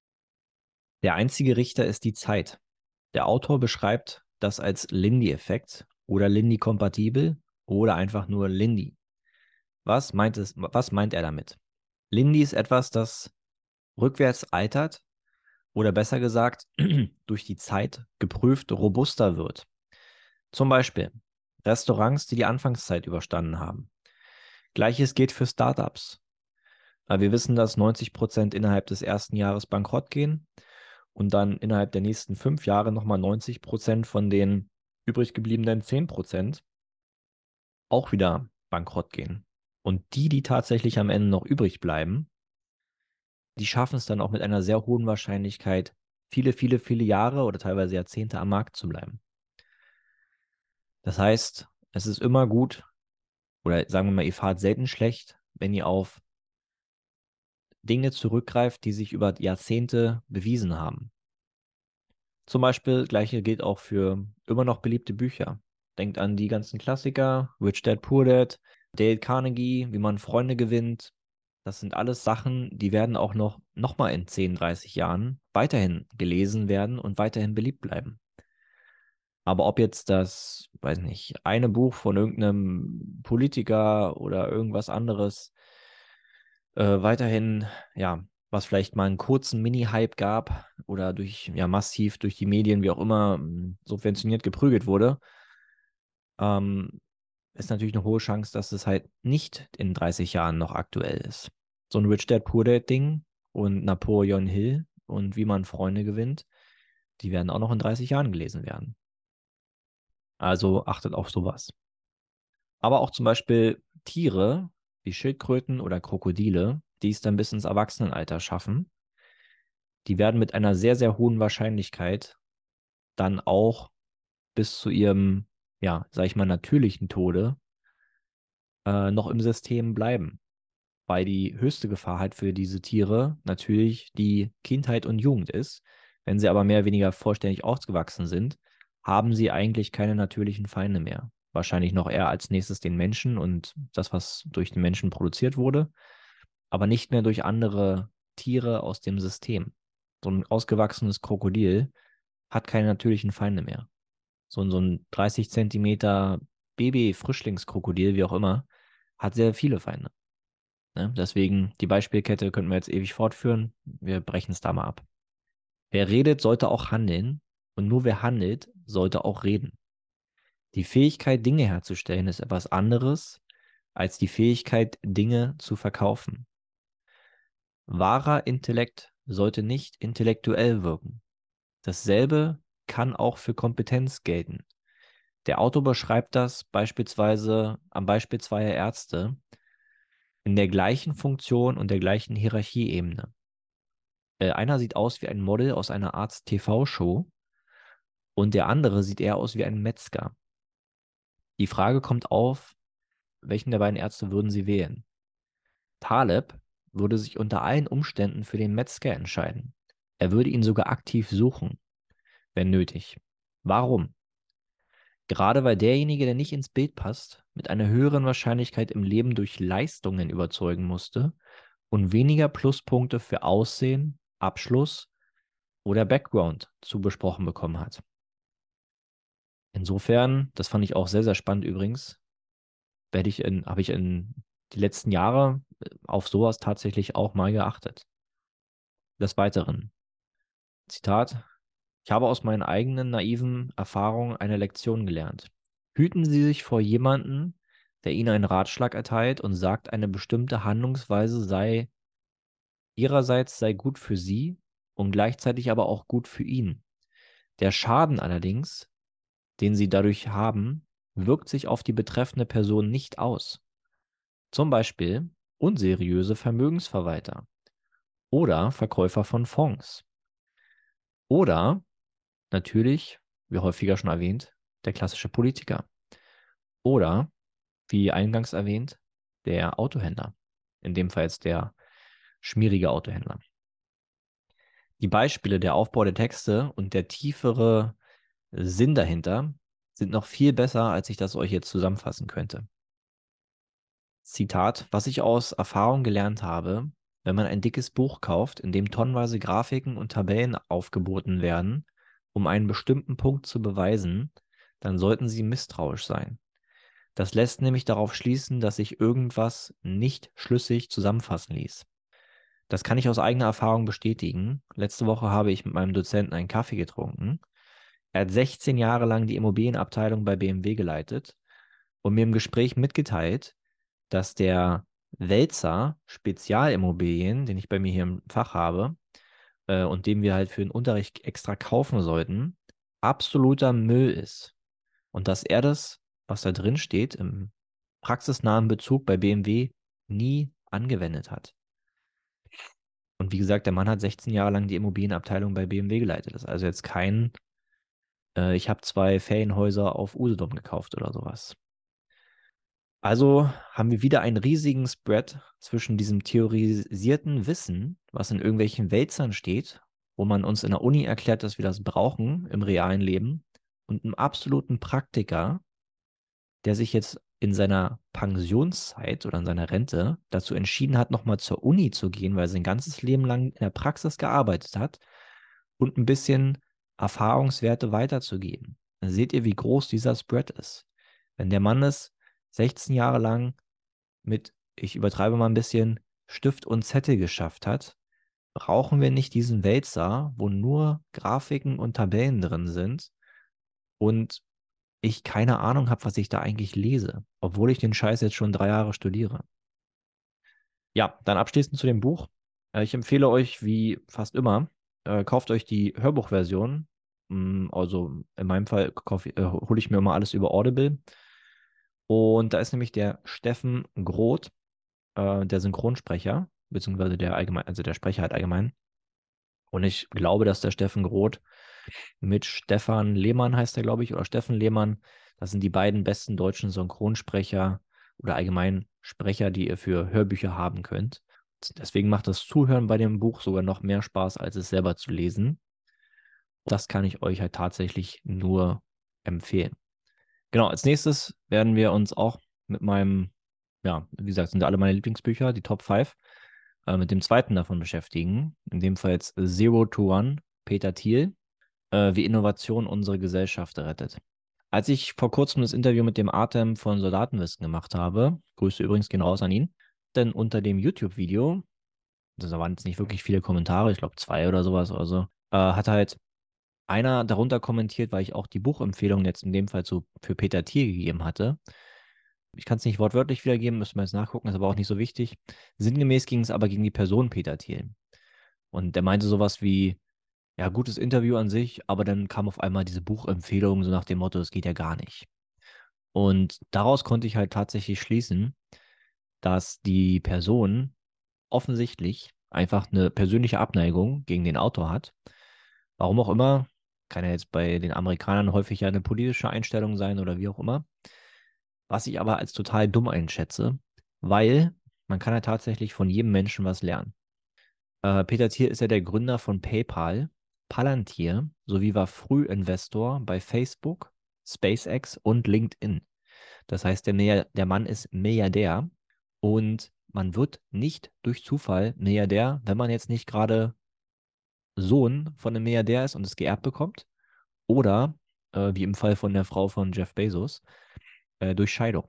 A: Der einzige Richter ist die Zeit. Der Autor beschreibt das als Lindy-Effekt oder Lindy-kompatibel oder einfach nur Lindy. Was meint er damit? Lindy ist etwas, das rückwärts altert oder besser gesagt durch die Zeit geprüft robuster wird. Zum Beispiel Restaurants, die die Anfangszeit überstanden haben. Gleiches gilt für Startups. Wir wissen, dass 90% innerhalb des ersten Jahres bankrott gehen und dann innerhalb der nächsten 5 Jahre nochmal 90% von den übrig gebliebenen 10% auch wieder bankrott gehen. Und die tatsächlich am Ende noch übrig bleiben, die schaffen es dann auch mit einer sehr hohen Wahrscheinlichkeit, viele, viele, viele Jahre oder teilweise Jahrzehnte am Markt zu bleiben. Das heißt, es ist immer gut, oder sagen wir mal, ihr fahrt selten schlecht, wenn ihr auf Dinge zurückgreift, die sich über Jahrzehnte bewiesen haben. Zum Beispiel, gleiche gilt auch für immer noch beliebte Bücher. Denkt an die ganzen Klassiker, Rich Dad Poor Dad, Dale Carnegie, wie man Freunde gewinnt. Das sind alles Sachen, die werden auch noch mal in 10, 30 Jahren weiterhin gelesen werden und weiterhin beliebt bleiben. Aber ob jetzt das, weiß nicht, eine Buch von irgendeinem Politiker oder irgendwas anderes weiterhin, ja, was vielleicht mal einen kurzen Mini-Hype gab oder massiv durch die Medien, wie auch immer, subventioniert geprügelt wurde, ähm, ist natürlich eine hohe Chance, dass es halt nicht in 30 Jahren noch aktuell ist. So ein Rich Dad Poor Dad Ding und Napoleon Hill und wie man Freunde gewinnt, die werden auch noch in 30 Jahren gelesen werden. Also achtet auf sowas. Aber auch zum Beispiel Tiere wie Schildkröten oder Krokodile, die es dann bis ins Erwachsenenalter schaffen, die werden mit einer sehr, sehr hohen Wahrscheinlichkeit dann auch bis zu ihrem, ja, sag ich mal, natürlichen Tode noch im System bleiben. Weil die höchste Gefahr halt für diese Tiere natürlich die Kindheit und Jugend ist. Wenn sie aber mehr oder weniger vollständig ausgewachsen sind, haben sie eigentlich keine natürlichen Feinde mehr. Wahrscheinlich noch eher als nächstes den Menschen und das, was durch den Menschen produziert wurde, aber nicht mehr durch andere Tiere aus dem System. So ein ausgewachsenes Krokodil hat keine natürlichen Feinde mehr. So ein 30 Zentimeter Baby-Frischlingskrokodil, wie auch immer, hat sehr viele Feinde. Ne? Deswegen, die Beispielkette könnten wir jetzt ewig fortführen. Wir brechen es da mal ab. Wer redet, sollte auch handeln. Und nur wer handelt, sollte auch reden. Die Fähigkeit, Dinge herzustellen, ist etwas anderes als die Fähigkeit, Dinge zu verkaufen. Wahrer Intellekt sollte nicht intellektuell wirken. Dasselbe kann auch für Kompetenz gelten. Der Autor beschreibt das beispielsweise am Beispiel zweier Ärzte in der gleichen Funktion und der gleichen Hierarchieebene. Einer sieht aus wie ein Model aus einer Arzt-TV-Show und der andere sieht eher aus wie ein Metzger. Die Frage kommt auf, welchen der beiden Ärzte würden Sie wählen? Taleb würde sich unter allen Umständen für den Metzger entscheiden. Er würde ihn sogar aktiv suchen, wenn nötig. Warum? Gerade weil derjenige, der nicht ins Bild passt, mit einer höheren Wahrscheinlichkeit im Leben durch Leistungen überzeugen musste und weniger Pluspunkte für Aussehen, Abschluss oder Background zugesprochen bekommen hat. Insofern, das fand ich auch sehr, sehr spannend übrigens, habe ich in die letzten Jahre auf sowas tatsächlich auch mal geachtet. Des Weiteren, Zitat, ich habe aus meinen eigenen naiven Erfahrungen eine Lektion gelernt. Hüten Sie sich vor jemanden, der Ihnen einen Ratschlag erteilt und sagt, eine bestimmte Handlungsweise sei gut für Sie und gleichzeitig aber auch gut für ihn. Der Schaden allerdings, den Sie dadurch haben, wirkt sich auf die betreffende Person nicht aus. Zum Beispiel unseriöse Vermögensverwalter oder Verkäufer von Fonds. Oder natürlich, wie häufiger schon erwähnt, der klassische Politiker. Oder, wie eingangs erwähnt, der Autohändler. In dem Fall jetzt der schmierige Autohändler. Die Beispiele, der Aufbau der Texte und der tiefere Sinn dahinter sind noch viel besser, als ich das euch jetzt zusammenfassen könnte. Zitat, was ich aus Erfahrung gelernt habe, wenn man ein dickes Buch kauft, in dem tonnenweise Grafiken und Tabellen aufgeboten werden, um einen bestimmten Punkt zu beweisen, dann sollten Sie misstrauisch sein. Das lässt nämlich darauf schließen, dass sich irgendwas nicht schlüssig zusammenfassen ließ. Das kann ich aus eigener Erfahrung bestätigen. Letzte Woche habe ich mit meinem Dozenten einen Kaffee getrunken. Er hat 16 Jahre lang die Immobilienabteilung bei BMW geleitet und mir im Gespräch mitgeteilt, dass der Wälzer Spezialimmobilien, den ich bei mir hier im Fach habe, und den wir halt für den Unterricht extra kaufen sollten, absoluter Müll ist. Und dass er das, was da drin steht, im praxisnahen Bezug bei BMW nie angewendet hat. Und wie gesagt, der Mann hat 16 Jahre lang die Immobilienabteilung bei BMW geleitet. Das ist also jetzt kein, ich habe 2 Ferienhäuser auf Usedom gekauft oder sowas. Also haben wir wieder einen riesigen Spread zwischen diesem theorisierten Wissen, was in irgendwelchen Wälzern steht, wo man uns in der Uni erklärt, dass wir das brauchen im realen Leben, und einem absoluten Praktiker, der sich jetzt in seiner Pensionszeit oder in seiner Rente dazu entschieden hat, nochmal zur Uni zu gehen, weil er sein ganzes Leben lang in der Praxis gearbeitet hat und ein bisschen Erfahrungswerte weiterzugeben. Dann seht ihr, wie groß dieser Spread ist. Wenn der Mann es 16 Jahre lang mit, ich übertreibe mal ein bisschen, Stift und Zettel geschafft hat, brauchen wir nicht diesen Wälzer, wo nur Grafiken und Tabellen drin sind und ich keine Ahnung habe, was ich da eigentlich lese, obwohl ich den Scheiß jetzt schon 3 Jahre studiere. Ja, dann abschließend zu dem Buch. Ich empfehle euch, wie fast immer, kauft euch die Hörbuchversion. Also in meinem Fall hole ich mir immer alles über Audible. Und da ist nämlich der Steffen Groth, der Synchronsprecher, beziehungsweise der allgemein, also der Sprecher halt allgemein. Und ich glaube, dass der Steffen Groth mit Stefan Lehmann heißt er, glaube ich, oder Steffen Lehmann, das sind die beiden besten deutschen Synchronsprecher oder allgemein Sprecher, die ihr für Hörbücher haben könnt. Deswegen macht das Zuhören bei dem Buch sogar noch mehr Spaß, als es selber zu lesen. Das kann ich euch halt tatsächlich nur empfehlen. Genau, als nächstes werden wir uns auch mit meinem, ja, wie gesagt, sind alle meine Lieblingsbücher, die Top 5. mit dem zweiten davon beschäftigen. In dem Fall jetzt Zero to One, Peter Thiel, wie Innovation unsere Gesellschaft rettet. Als ich vor kurzem das Interview mit dem Artem von Soldatenwissen gemacht habe, Grüße übrigens gehen raus an ihn, denn unter dem YouTube-Video, da waren jetzt nicht wirklich viele Kommentare, ich glaube 2 oder sowas oder so, hat halt einer darunter kommentiert, weil ich auch die Buchempfehlung jetzt in dem Fall für Peter Thiel gegeben hatte. Ich kann es nicht wortwörtlich wiedergeben, müssen wir jetzt nachgucken, ist aber auch nicht so wichtig. Sinngemäß ging es aber gegen die Person Peter Thiel. Und der meinte sowas wie, ja, gutes Interview an sich, aber dann kam auf einmal diese Buchempfehlung so nach dem Motto, es geht ja gar nicht. Und daraus konnte ich halt tatsächlich schließen, dass die Person offensichtlich einfach eine persönliche Abneigung gegen den Autor hat. Warum auch immer, kann ja jetzt bei den Amerikanern häufig ja eine politische Einstellung sein oder wie auch immer. Was ich aber als total dumm einschätze, weil man kann ja tatsächlich von jedem Menschen was lernen. Peter Thiel ist ja der Gründer von PayPal, Palantir sowie war Frühinvestor bei Facebook, SpaceX und LinkedIn. Das heißt, der Mann ist Milliardär und man wird nicht durch Zufall Milliardär, wenn man jetzt nicht gerade Sohn von einem Milliardär ist und es geerbt bekommt oder, wie im Fall von der Frau von Jeff Bezos, durch Scheidung.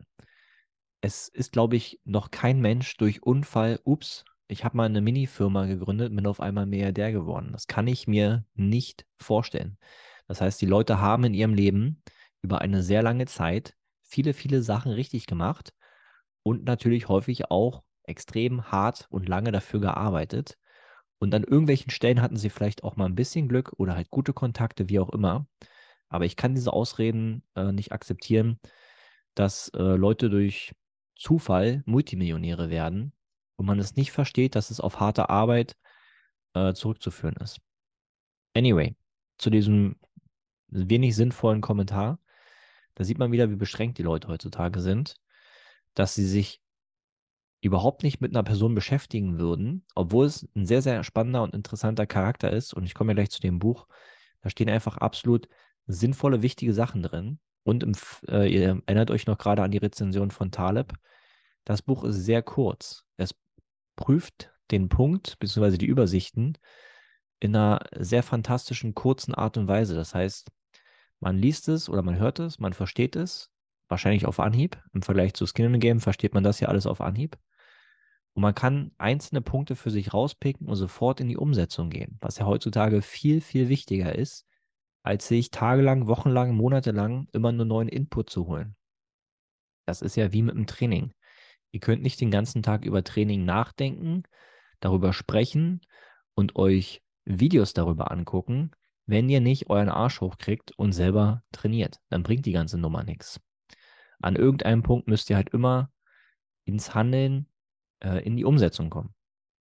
A: Es ist, glaube ich, noch kein Mensch durch Unfall, ups, ich habe mal eine Mini-Firma gegründet, bin auf einmal Milliardär geworden. Das kann ich mir nicht vorstellen. Das heißt, die Leute haben in ihrem Leben über eine sehr lange Zeit viele, viele Sachen richtig gemacht und natürlich häufig auch extrem hart und lange dafür gearbeitet. Und an irgendwelchen Stellen hatten sie vielleicht auch mal ein bisschen Glück oder halt gute Kontakte, wie auch immer. Aber ich kann diese Ausreden nicht akzeptieren, dass Leute durch Zufall Multimillionäre werden und man es nicht versteht, dass es auf harte Arbeit zurückzuführen ist. Anyway, zu diesem wenig sinnvollen Kommentar, da sieht man wieder, wie beschränkt die Leute heutzutage sind, dass sie sich überhaupt nicht mit einer Person beschäftigen würden, obwohl es ein sehr, sehr spannender und interessanter Charakter ist. Und ich komme ja gleich zu dem Buch. Da stehen einfach absolut sinnvolle, wichtige Sachen drin. Und ihr erinnert euch noch gerade an die Rezension von Taleb. Das Buch ist sehr kurz. Es prüft den Punkt bzw. die Übersichten in einer sehr fantastischen, kurzen Art und Weise. Das heißt, man liest es oder man hört es, man versteht es, wahrscheinlich auf Anhieb. Im Vergleich zu Skin in the Game versteht man das ja alles auf Anhieb. Und man kann einzelne Punkte für sich rauspicken und sofort in die Umsetzung gehen, was ja heutzutage viel, viel wichtiger ist, als sich tagelang, wochenlang, monatelang immer nur neuen Input zu holen. Das ist ja wie mit dem Training. Ihr könnt nicht den ganzen Tag über Training nachdenken, darüber sprechen und euch Videos darüber angucken, wenn ihr nicht euren Arsch hochkriegt und selber trainiert. Dann bringt die ganze Nummer nichts. An irgendeinem Punkt müsst ihr halt immer ins Handeln, in die Umsetzung kommen.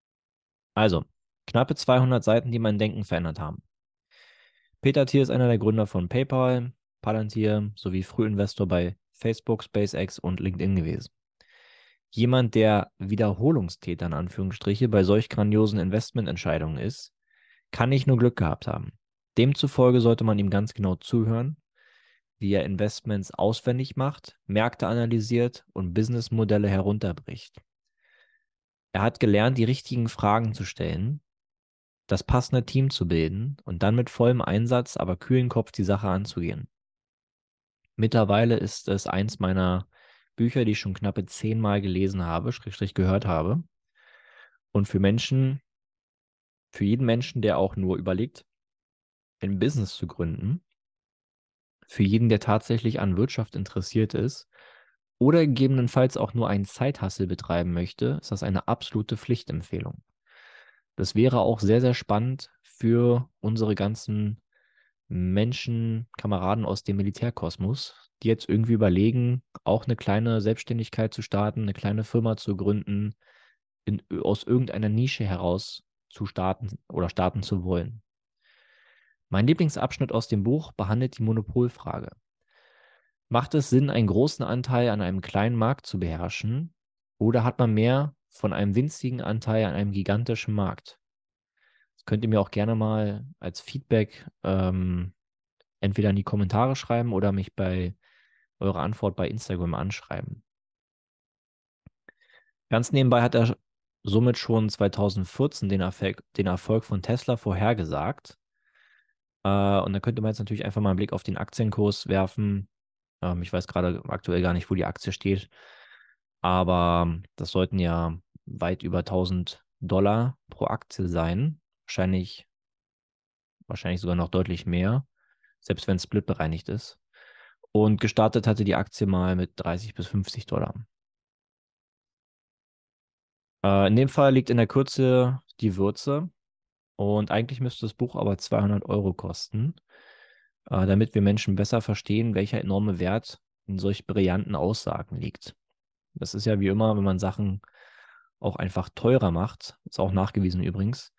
A: Also, knappe 200 Seiten, die mein Denken verändert haben. Peter Thiel ist einer der Gründer von PayPal, Palantir sowie Frühinvestor bei Facebook, SpaceX und LinkedIn gewesen. Jemand, der Wiederholungstäter in Anführungsstriche bei solch grandiosen Investmententscheidungen ist, kann nicht nur Glück gehabt haben. Demzufolge sollte man ihm ganz genau zuhören, wie er Investments auswendig macht, Märkte analysiert und Businessmodelle herunterbricht. Er hat gelernt, die richtigen Fragen zu stellen, das passende Team zu bilden und dann mit vollem Einsatz, aber kühlen Kopf die Sache anzugehen. Mittlerweile ist es eins meiner Bücher, die ich schon knappe 10-mal gelesen habe, Schrägstrich gehört habe. Und für jeden Menschen, der auch nur überlegt, ein Business zu gründen, für jeden, der tatsächlich an Wirtschaft interessiert ist oder gegebenenfalls auch nur einen Side-Hustle betreiben möchte, ist das eine absolute Pflichtempfehlung. Das wäre auch sehr, sehr spannend für unsere ganzen Menschen, Kameraden aus dem Militärkosmos, die jetzt irgendwie überlegen, auch eine kleine Selbstständigkeit zu starten, eine kleine Firma zu gründen, aus irgendeiner Nische heraus zu starten oder starten zu wollen. Mein Lieblingsabschnitt aus dem Buch behandelt die Monopolfrage. Macht es Sinn, einen großen Anteil an einem kleinen Markt zu beherrschen, oder hat man mehr von einem winzigen Anteil an einem gigantischen Markt? Das könnt ihr mir auch gerne mal als Feedback entweder in die Kommentare schreiben oder mich bei eurer Antwort bei Instagram anschreiben. Ganz nebenbei hat er somit schon 2014 den Erfolg von Tesla vorhergesagt. Und da könnte man jetzt natürlich einfach mal einen Blick auf den Aktienkurs werfen. Ich weiß gerade aktuell gar nicht, wo die Aktie steht, aber das sollten ja weit über 1000 $ pro Aktie sein. Wahrscheinlich sogar noch deutlich mehr, selbst wenn es splitbereinigt ist. Und gestartet hatte die Aktie mal mit 30 bis 50 $. In dem Fall liegt in der Kürze die Würze und eigentlich müsste das Buch aber 200 € kosten, damit wir Menschen besser verstehen, welcher enorme Wert in solch brillanten Aussagen liegt. Das ist ja wie immer, wenn man Sachen auch einfach teurer macht, ist auch nachgewiesen übrigens,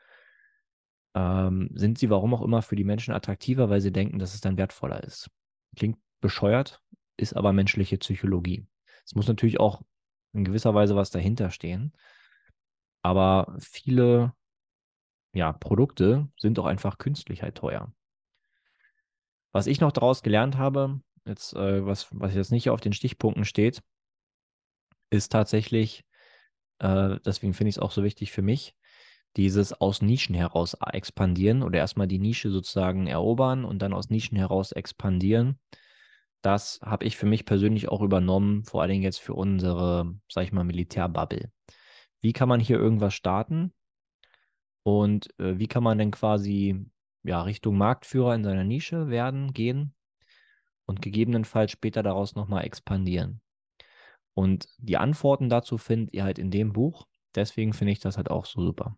A: sind sie warum auch immer für die Menschen attraktiver, weil sie denken, dass es dann wertvoller ist. Klingt bescheuert, ist aber menschliche Psychologie. Es muss natürlich auch in gewisser Weise was dahinter stehen, aber viele, ja, Produkte sind auch einfach künstlich halt teuer. Was ich noch daraus gelernt habe, jetzt, was jetzt nicht auf den Stichpunkten steht, ist tatsächlich, deswegen finde ich es auch so wichtig für mich, dieses aus Nischen heraus expandieren oder erstmal die Nische sozusagen erobern und dann aus Nischen heraus expandieren. Das habe ich für mich persönlich auch übernommen, vor allen Dingen jetzt für unsere, sag ich mal, Militärbubble. Wie kann man hier irgendwas starten und wie kann man denn quasi ja, Richtung Marktführer in seiner Nische gehen und gegebenenfalls später daraus nochmal expandieren? Und die Antworten dazu findet ihr halt in dem Buch. Deswegen finde ich das halt auch so super.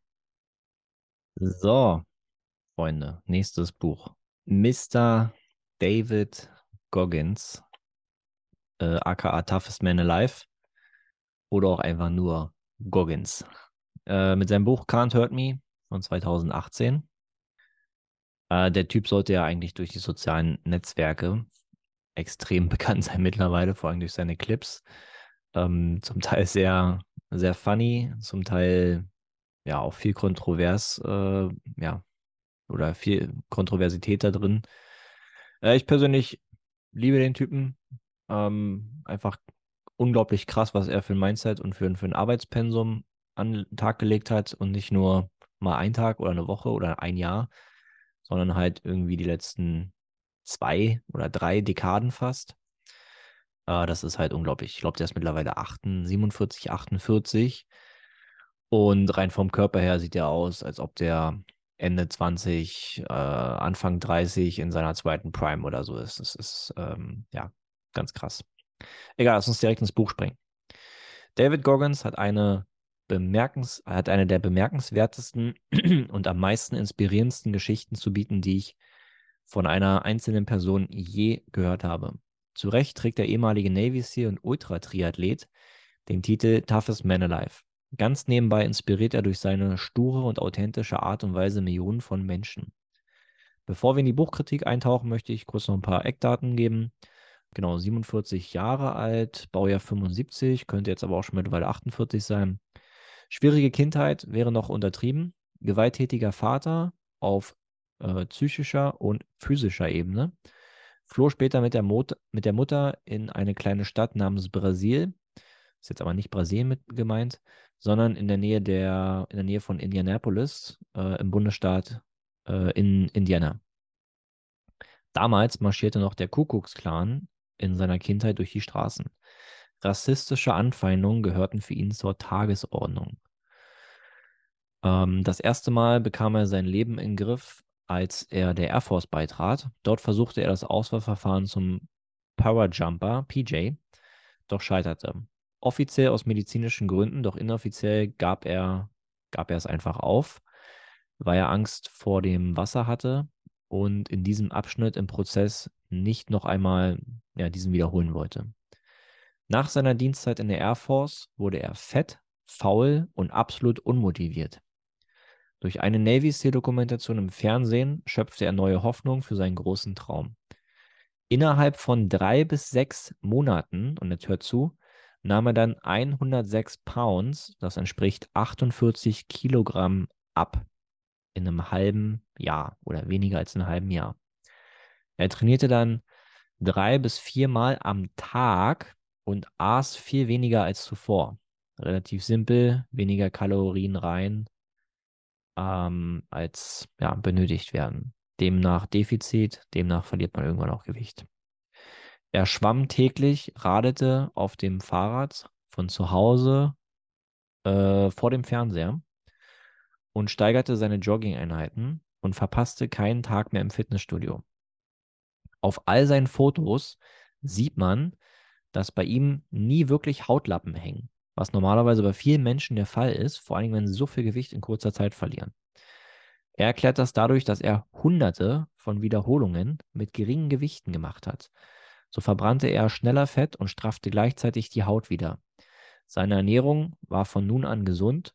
A: So, Freunde, nächstes Buch. Mr. David Goggins, aka Toughest Man Alive oder auch einfach nur Goggins. Mit seinem Buch Can't Hurt Me von 2018. Der Typ sollte ja eigentlich durch die sozialen Netzwerke extrem bekannt sein mittlerweile, vor allem durch seine Clips. Zum Teil sehr, sehr funny, zum Teil ja auch viel kontrovers, ja, oder viel Kontroversität da drin. Ich persönlich liebe den Typen. Einfach unglaublich krass, was er für ein Mindset und für ein Arbeitspensum an den Tag gelegt hat und nicht nur mal einen Tag oder eine Woche oder ein Jahr, sondern halt irgendwie die letzten 2 oder 3 Dekaden fast. Das ist halt unglaublich. Ich glaube, der ist mittlerweile 47, 48 und rein vom Körper her sieht er aus, als ob der Ende 20, Anfang 30 in seiner zweiten Prime oder so ist. Das ist ja ganz krass. Egal, lass uns direkt ins Buch springen. David Goggins hat eine der bemerkenswertesten und am meisten inspirierendsten Geschichten zu bieten, die ich von einer einzelnen Person je gehört habe. Zu Recht trägt der ehemalige Navy SEAL und Ultra-Triathlet den Titel Toughest Man Alive. Ganz nebenbei inspiriert er durch seine sture und authentische Art und Weise Millionen von Menschen. Bevor wir in die Buchkritik eintauchen, möchte ich kurz noch ein paar Eckdaten geben. Genau, 47 Jahre alt, Baujahr 75, könnte jetzt aber auch schon mittlerweile 48 sein. Schwierige Kindheit wäre noch untertrieben. Gewalttätiger Vater auf psychischer und physischer Ebene. Floh später mit der Mutter in eine kleine Stadt namens Brasil. Ist jetzt aber nicht Brasilien mit gemeint, sondern in der Nähe von Indianapolis, im Bundesstaat in Indiana. Damals marschierte noch der Ku-Klux-Klan in seiner Kindheit durch die Straßen. Rassistische Anfeindungen gehörten für ihn zur Tagesordnung. Das erste Mal bekam er sein Leben in den Griff, als er der Air Force beitrat. Dort versuchte er das Auswahlverfahren zum Powerjumper PJ, doch scheiterte. Offiziell aus medizinischen Gründen, doch inoffiziell gab er es einfach auf, weil er Angst vor dem Wasser hatte und in diesem Abschnitt im Prozess nicht noch einmal ja, diesen wiederholen wollte. Nach seiner Dienstzeit in der Air Force wurde er fett, faul und absolut unmotiviert. Durch eine Navy SEAL-Dokumentation im Fernsehen schöpfte er neue Hoffnung für seinen großen Traum. Innerhalb von 3 bis 6 Monaten, und jetzt hört zu, nahm er dann 106 Pounds, das entspricht 48 Kilogramm, ab in einem halben Jahr oder weniger als einem halben Jahr. Er trainierte dann 3 bis 4 Mal am Tag und aß viel weniger als zuvor. Relativ simpel, weniger Kalorien rein, als ja, benötigt werden. Demnach Defizit, demnach verliert man irgendwann auch Gewicht. Er schwamm täglich, radete auf dem Fahrrad von zu Hause vor dem Fernseher und steigerte seine Jogging-Einheiten und verpasste keinen Tag mehr im Fitnessstudio. Auf all seinen Fotos sieht man, dass bei ihm nie wirklich Hautlappen hängen, was normalerweise bei vielen Menschen der Fall ist, vor allem wenn sie so viel Gewicht in kurzer Zeit verlieren. Er erklärt das dadurch, dass er Hunderte von Wiederholungen mit geringen Gewichten gemacht hat. So verbrannte er schneller Fett und straffte gleichzeitig die Haut wieder. Seine Ernährung war von nun an gesund,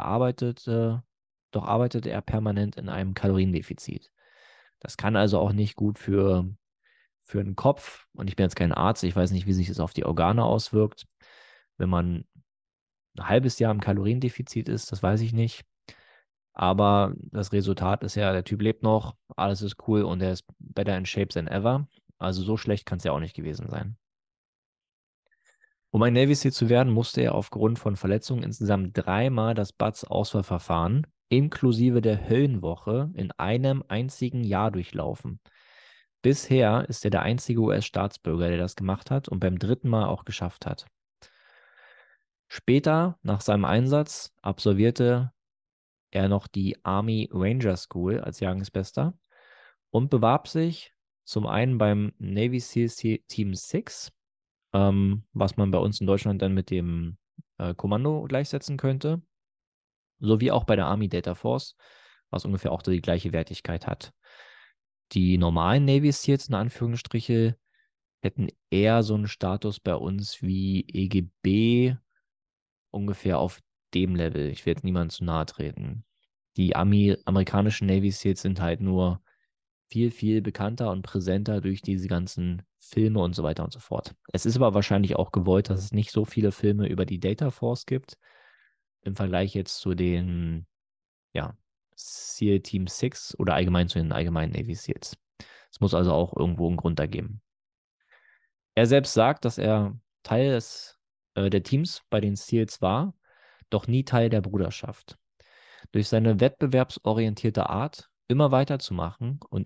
A: doch arbeitete er permanent in einem Kaloriendefizit. Das kann also auch nicht gut für den Kopf. Und ich bin jetzt kein Arzt, ich weiß nicht, wie sich das auf die Organe auswirkt. Wenn man ein halbes Jahr im Kaloriendefizit ist, das weiß ich nicht. Aber das Resultat ist ja, der Typ lebt noch, alles ist cool und er ist better in shape than ever. Also so schlecht kann es ja auch nicht gewesen sein. Um ein Navy SEAL zu werden, musste er aufgrund von Verletzungen insgesamt dreimal das BUD/Auswahlverfahren inklusive der Höllenwoche in einem einzigen Jahr durchlaufen. Bisher ist er der einzige US-Staatsbürger, der das gemacht hat und beim dritten Mal auch geschafft hat. Später, nach seinem Einsatz, absolvierte er noch die Army Ranger School als Jahrgangsbester und bewarb sich zum einen beim Navy SEAL Team 6, was man bei uns in Deutschland dann mit dem Kommando gleichsetzen könnte, sowie auch bei der Army Data Force, was ungefähr auch die gleiche Wertigkeit hat. Die normalen Navy SEALs, in Anführungsstriche, hätten eher so einen Status bei uns wie EGB, ungefähr auf dem Level. Ich will jetzt niemandem zu nahe treten. Die amerikanischen Navy SEALs sind halt nur viel, viel bekannter und präsenter durch diese ganzen Filme und so weiter und so fort. Es ist aber wahrscheinlich auch gewollt, dass es nicht so viele Filme über die Data Force gibt, im Vergleich jetzt zu den, ja, SEAL Team 6 oder allgemein zu den allgemeinen Navy SEALs. Es muss also auch irgendwo einen Grund da geben. Er selbst sagt, dass er Teil der Teams bei den SEALs war, doch nie Teil der Bruderschaft. Durch seine wettbewerbsorientierte Art, immer weiterzumachen und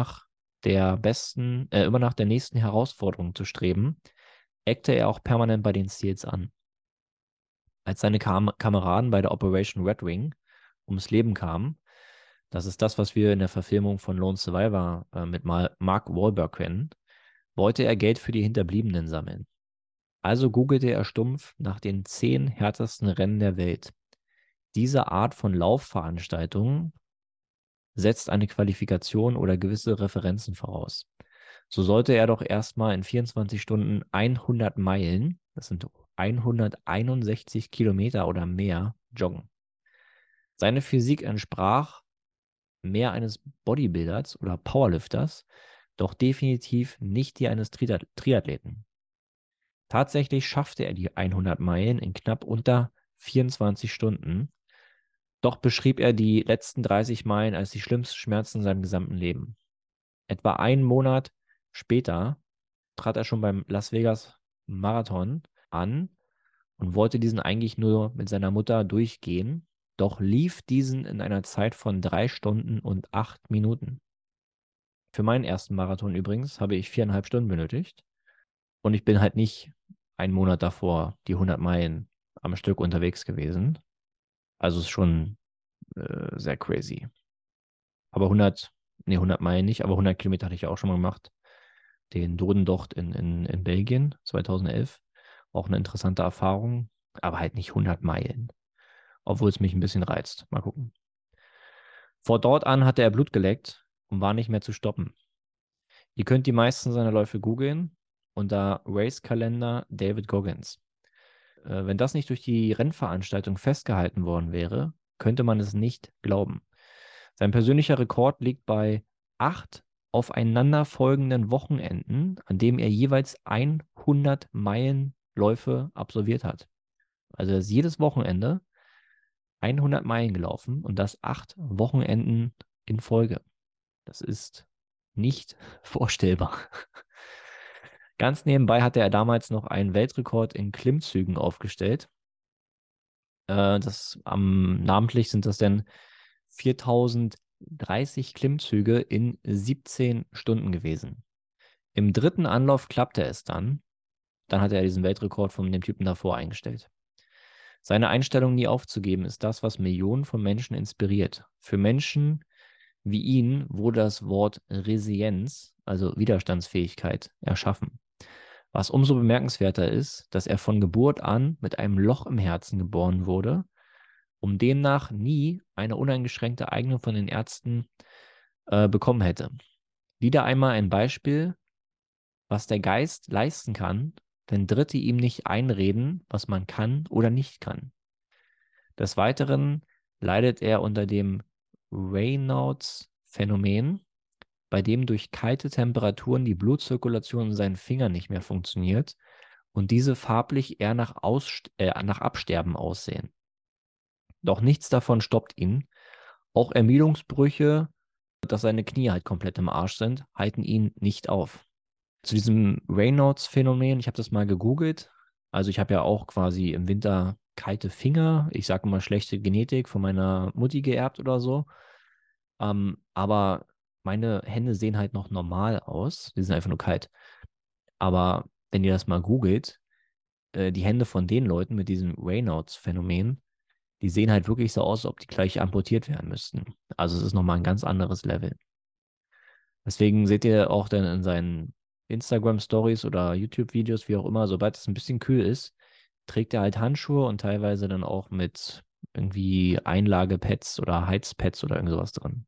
A: immer nach der nächsten Herausforderung zu streben, eckte er auch permanent bei den SEALs an. Als seine Kameraden bei der Operation Red Wing ums Leben kamen, das ist das, was wir in der Verfilmung von Lone Survivor mit Mark Wahlberg kennen, wollte er Geld für die Hinterbliebenen sammeln. Also googelte er stumpf nach den 10 härtesten Rennen der Welt. Diese Art von Laufveranstaltungen setzt eine Qualifikation oder gewisse Referenzen voraus. So sollte er doch erstmal in 24 Stunden 100 Meilen, das sind 161 Kilometer oder mehr, joggen. Seine Physik entsprach mehr eines Bodybuilders oder Powerlifters, doch definitiv nicht die eines Triathleten. Tatsächlich schaffte er die 100 Meilen in knapp unter 24 Stunden, doch beschrieb er die letzten 30 Meilen als die schlimmsten Schmerzen in seinem gesamten Leben. Etwa einen Monat später trat er schon beim Las Vegas Marathon an und wollte diesen eigentlich nur mit seiner Mutter durchgehen, doch lief diesen in einer Zeit von 3 Stunden und 8 Minuten. Für meinen ersten Marathon übrigens habe ich 4,5 Stunden benötigt und ich bin halt nicht einen Monat davor die 100 Meilen am Stück unterwegs gewesen. Also ist schon sehr crazy. Aber 100 Meilen nicht, aber 100 Kilometer hatte ich ja auch schon mal gemacht. Den Dodendocht in Belgien 2011. Auch eine interessante Erfahrung, aber halt nicht 100 Meilen. Obwohl es mich ein bisschen reizt. Mal gucken. Vor dort an hatte er Blut geleckt und war nicht mehr zu stoppen. Ihr könnt die meisten seiner Läufe googeln unter Race-Kalender David Goggins. Wenn das nicht durch die Rennveranstaltung festgehalten worden wäre, könnte man es nicht glauben. Sein persönlicher Rekord liegt bei 8 aufeinanderfolgenden Wochenenden, an dem er jeweils 100 Meilenläufe absolviert hat. Also er ist jedes Wochenende 100 Meilen gelaufen und das 8 Wochenenden in Folge. Das ist nicht vorstellbar. Ganz nebenbei hatte er damals noch einen Weltrekord in Klimmzügen aufgestellt. Namentlich sind das dann 4030 Klimmzüge in 17 Stunden gewesen. Im dritten Anlauf klappte es dann. Dann hat er diesen Weltrekord von dem Typen davor eingestellt. Seine Einstellung, nie aufzugeben, ist das, was Millionen von Menschen inspiriert. Für Menschen wie ihn wurde das Wort Resilienz, also Widerstandsfähigkeit, erschaffen. Was umso bemerkenswerter ist, dass er von Geburt an mit einem Loch im Herzen geboren wurde, um demnach nie eine uneingeschränkte Eignung von den Ärzten bekommen hätte. Wieder einmal ein Beispiel, was der Geist leisten kann, wenn Dritte ihm nicht einreden, was man kann oder nicht kann. Des Weiteren leidet er unter dem Raynaud's-Phänomen, bei dem durch kalte Temperaturen die Blutzirkulation in seinen Fingern nicht mehr funktioniert und diese farblich eher nach Absterben aussehen. Doch nichts davon stoppt ihn. Auch Ermüdungsbrüche, dass seine Knie halt komplett im Arsch sind, halten ihn nicht auf. Zu diesem Raynaud's-Phänomen, ich habe das mal gegoogelt. Also ich habe ja auch quasi im Winter kalte Finger. Ich sage immer schlechte Genetik von meiner Mutti geerbt oder so. Aber meine Hände sehen halt noch normal aus. Die sind einfach nur kalt. Aber wenn ihr das mal googelt, die Hände von den Leuten mit diesem Raynaud's-Phänomen, die sehen halt wirklich so aus, als ob die gleich amputiert werden müssten. Also es ist nochmal ein ganz anderes Level. Deswegen seht ihr auch dann in seinen Instagram-Stories oder YouTube-Videos, wie auch immer, sobald es ein bisschen kühl ist, trägt er halt Handschuhe und teilweise dann auch mit irgendwie Einlagepads oder Heizpads oder irgend sowas drin.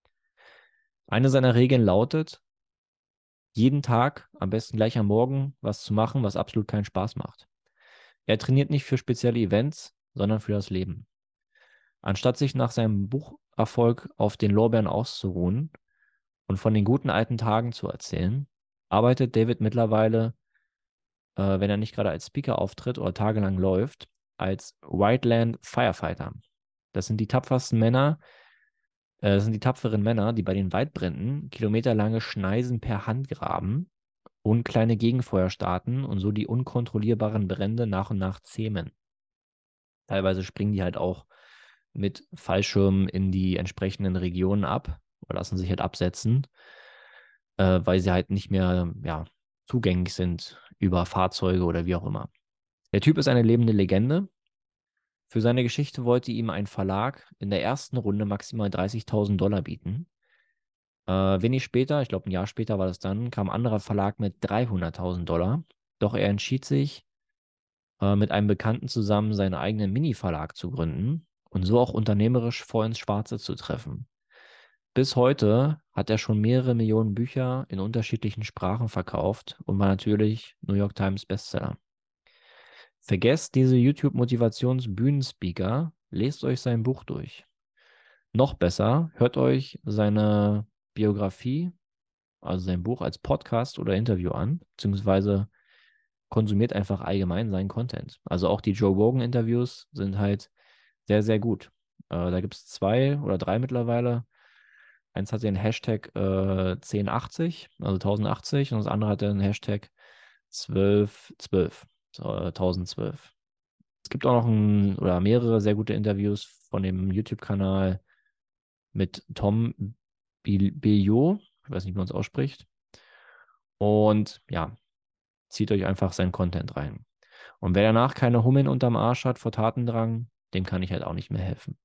A: Eine seiner Regeln lautet, jeden Tag, am besten gleich am Morgen, was zu machen, was absolut keinen Spaß macht. Er trainiert nicht für spezielle Events, sondern für das Leben. Anstatt sich nach seinem Bucherfolg auf den Lorbeeren auszuruhen und von den guten alten Tagen zu erzählen, arbeitet David mittlerweile, wenn er nicht gerade als Speaker auftritt oder tagelang läuft, als Wildland Firefighter. Das sind die tapfersten Männer, das sind die tapferen Männer, die bei den Waldbränden kilometerlange Schneisen per Hand graben und kleine Gegenfeuer starten und so die unkontrollierbaren Brände nach und nach zähmen. Teilweise springen die halt auch mit Fallschirmen in die entsprechenden Regionen ab oder lassen sich halt absetzen, weil sie halt nicht mehr zugänglich sind über Fahrzeuge oder wie auch immer. Der Typ ist eine lebende Legende. Für seine Geschichte wollte ihm ein Verlag in der ersten Runde maximal $30.000 bieten. Wenig später, ich glaube ein Jahr später war das dann, kam ein anderer Verlag mit $300.000. Doch er entschied sich, mit einem Bekannten zusammen seinen eigenen Mini-Verlag zu gründen und so auch unternehmerisch voll ins Schwarze zu treffen. Bis heute hat er schon mehrere Millionen Bücher in unterschiedlichen Sprachen verkauft und war natürlich New York Times Bestseller. Vergesst diese YouTube-Motivations-Bühnenspeaker, lest euch sein Buch durch. Noch besser, hört euch seine Biografie, also sein Buch als Podcast oder Interview an, beziehungsweise konsumiert einfach allgemein seinen Content. Also auch die Joe Rogan-Interviews sind halt sehr, sehr gut. Da gibt es 2 oder 3 mittlerweile. Eins hat den Hashtag 1080, also 1080, und das andere hat den Hashtag 1212, 1012. Es gibt auch noch oder mehrere sehr gute Interviews von dem YouTube-Kanal mit Tom Bilyeu, ich weiß nicht, wie man es ausspricht. Und ja, zieht euch einfach seinen Content rein. Und wer danach keine Hummeln unterm Arsch hat vor Tatendrang, dem kann ich halt auch nicht mehr helfen.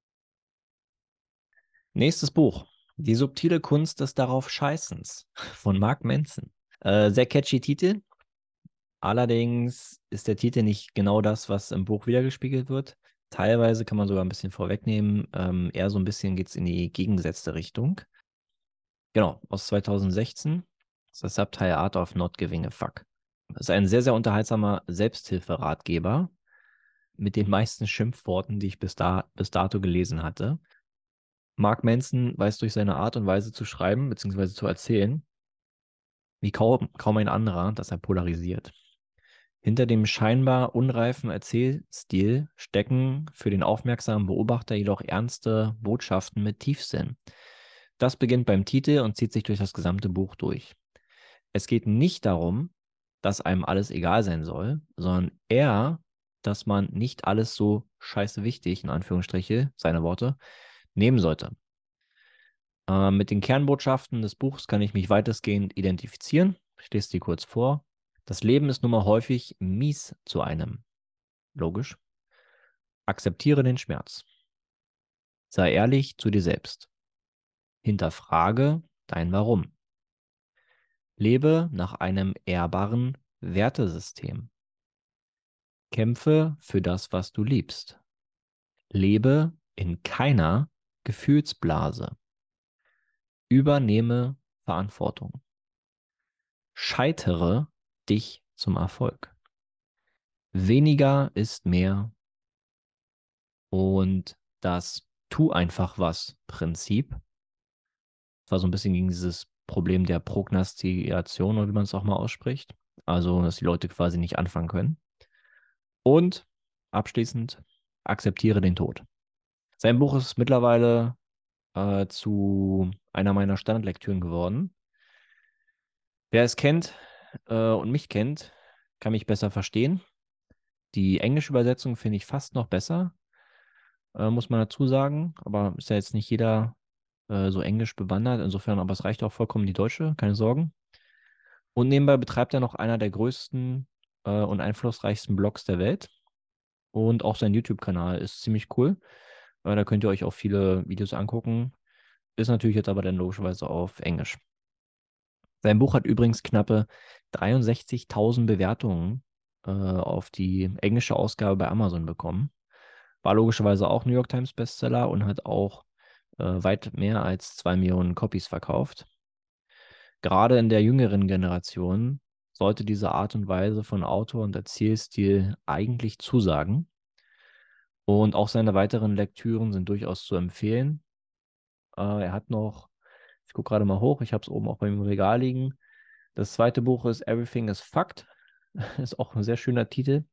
A: Nächstes Buch. Die subtile Kunst des darauf Scheißens von Mark Manson. Sehr catchy Titel. Allerdings ist der Titel nicht genau das, was im Buch wiedergespiegelt wird. Teilweise kann man sogar ein bisschen vorwegnehmen. Eher so ein bisschen geht es in die gegengesetzte Richtung. Genau, aus 2016. Das ist das Subtitle Art of Not Giving a Fuck. Das ist ein sehr, sehr unterhaltsamer Selbsthilferatgeber mit den meisten Schimpfworten, die ich bis dato gelesen hatte. Mark Manson weiß durch seine Art und Weise zu schreiben bzw. zu erzählen, wie kaum ein anderer, dass er polarisiert. Hinter dem scheinbar unreifen Erzählstil stecken für den aufmerksamen Beobachter jedoch ernste Botschaften mit Tiefsinn. Das beginnt beim Titel und zieht sich durch das gesamte Buch durch. Es geht nicht darum, dass einem alles egal sein soll, sondern er dass man nicht alles so scheiße wichtig, in Anführungsstriche, seine Worte, nehmen sollte. Mit den Kernbotschaften des Buchs kann ich mich weitestgehend identifizieren. Ich lese die kurz vor. Das Leben ist nun mal häufig mies zu einem. Logisch. Akzeptiere den Schmerz. Sei ehrlich zu dir selbst. Hinterfrage dein Warum. Lebe nach einem ehrbaren Wertesystem. Kämpfe für das, was du liebst. Lebe in keiner Gefühlsblase. Übernehme Verantwortung. Scheitere dich zum Erfolg. Weniger ist mehr und das Tu einfach was Prinzip. Das war so ein bisschen gegen dieses Problem der Prognostikation oder wie man es auch mal ausspricht. Also, dass die Leute quasi nicht anfangen können. Und abschließend, akzeptiere den Tod. Sein Buch ist mittlerweile zu einer meiner Standardlektüren geworden. Wer es kennt und mich kennt, kann mich besser verstehen. Die englische Übersetzung finde ich fast noch besser, muss man dazu sagen. Aber ist ja jetzt nicht jeder so englisch bewandert. Insofern, aber es reicht auch vollkommen die deutsche, keine Sorgen. Und nebenbei betreibt er noch einer der größten und einflussreichsten Blogs der Welt. Und auch sein YouTube-Kanal ist ziemlich cool. Da könnt ihr euch auch viele Videos angucken. Ist natürlich jetzt aber dann logischerweise auf Englisch. Sein Buch hat übrigens knappe 63.000 Bewertungen auf die englische Ausgabe bei Amazon bekommen. War logischerweise auch New York Times Bestseller und hat auch weit mehr als 2 Millionen Copies verkauft. Gerade in der jüngeren Generation sollte diese Art und Weise von Autor und Erzählstil eigentlich zusagen. Und auch seine weiteren Lektüren sind durchaus zu empfehlen. Er hat noch, ich gucke gerade mal hoch, ich habe es oben auch beim Regal liegen. Das zweite Buch ist Everything is Fucked. Ist auch ein sehr schöner Titel.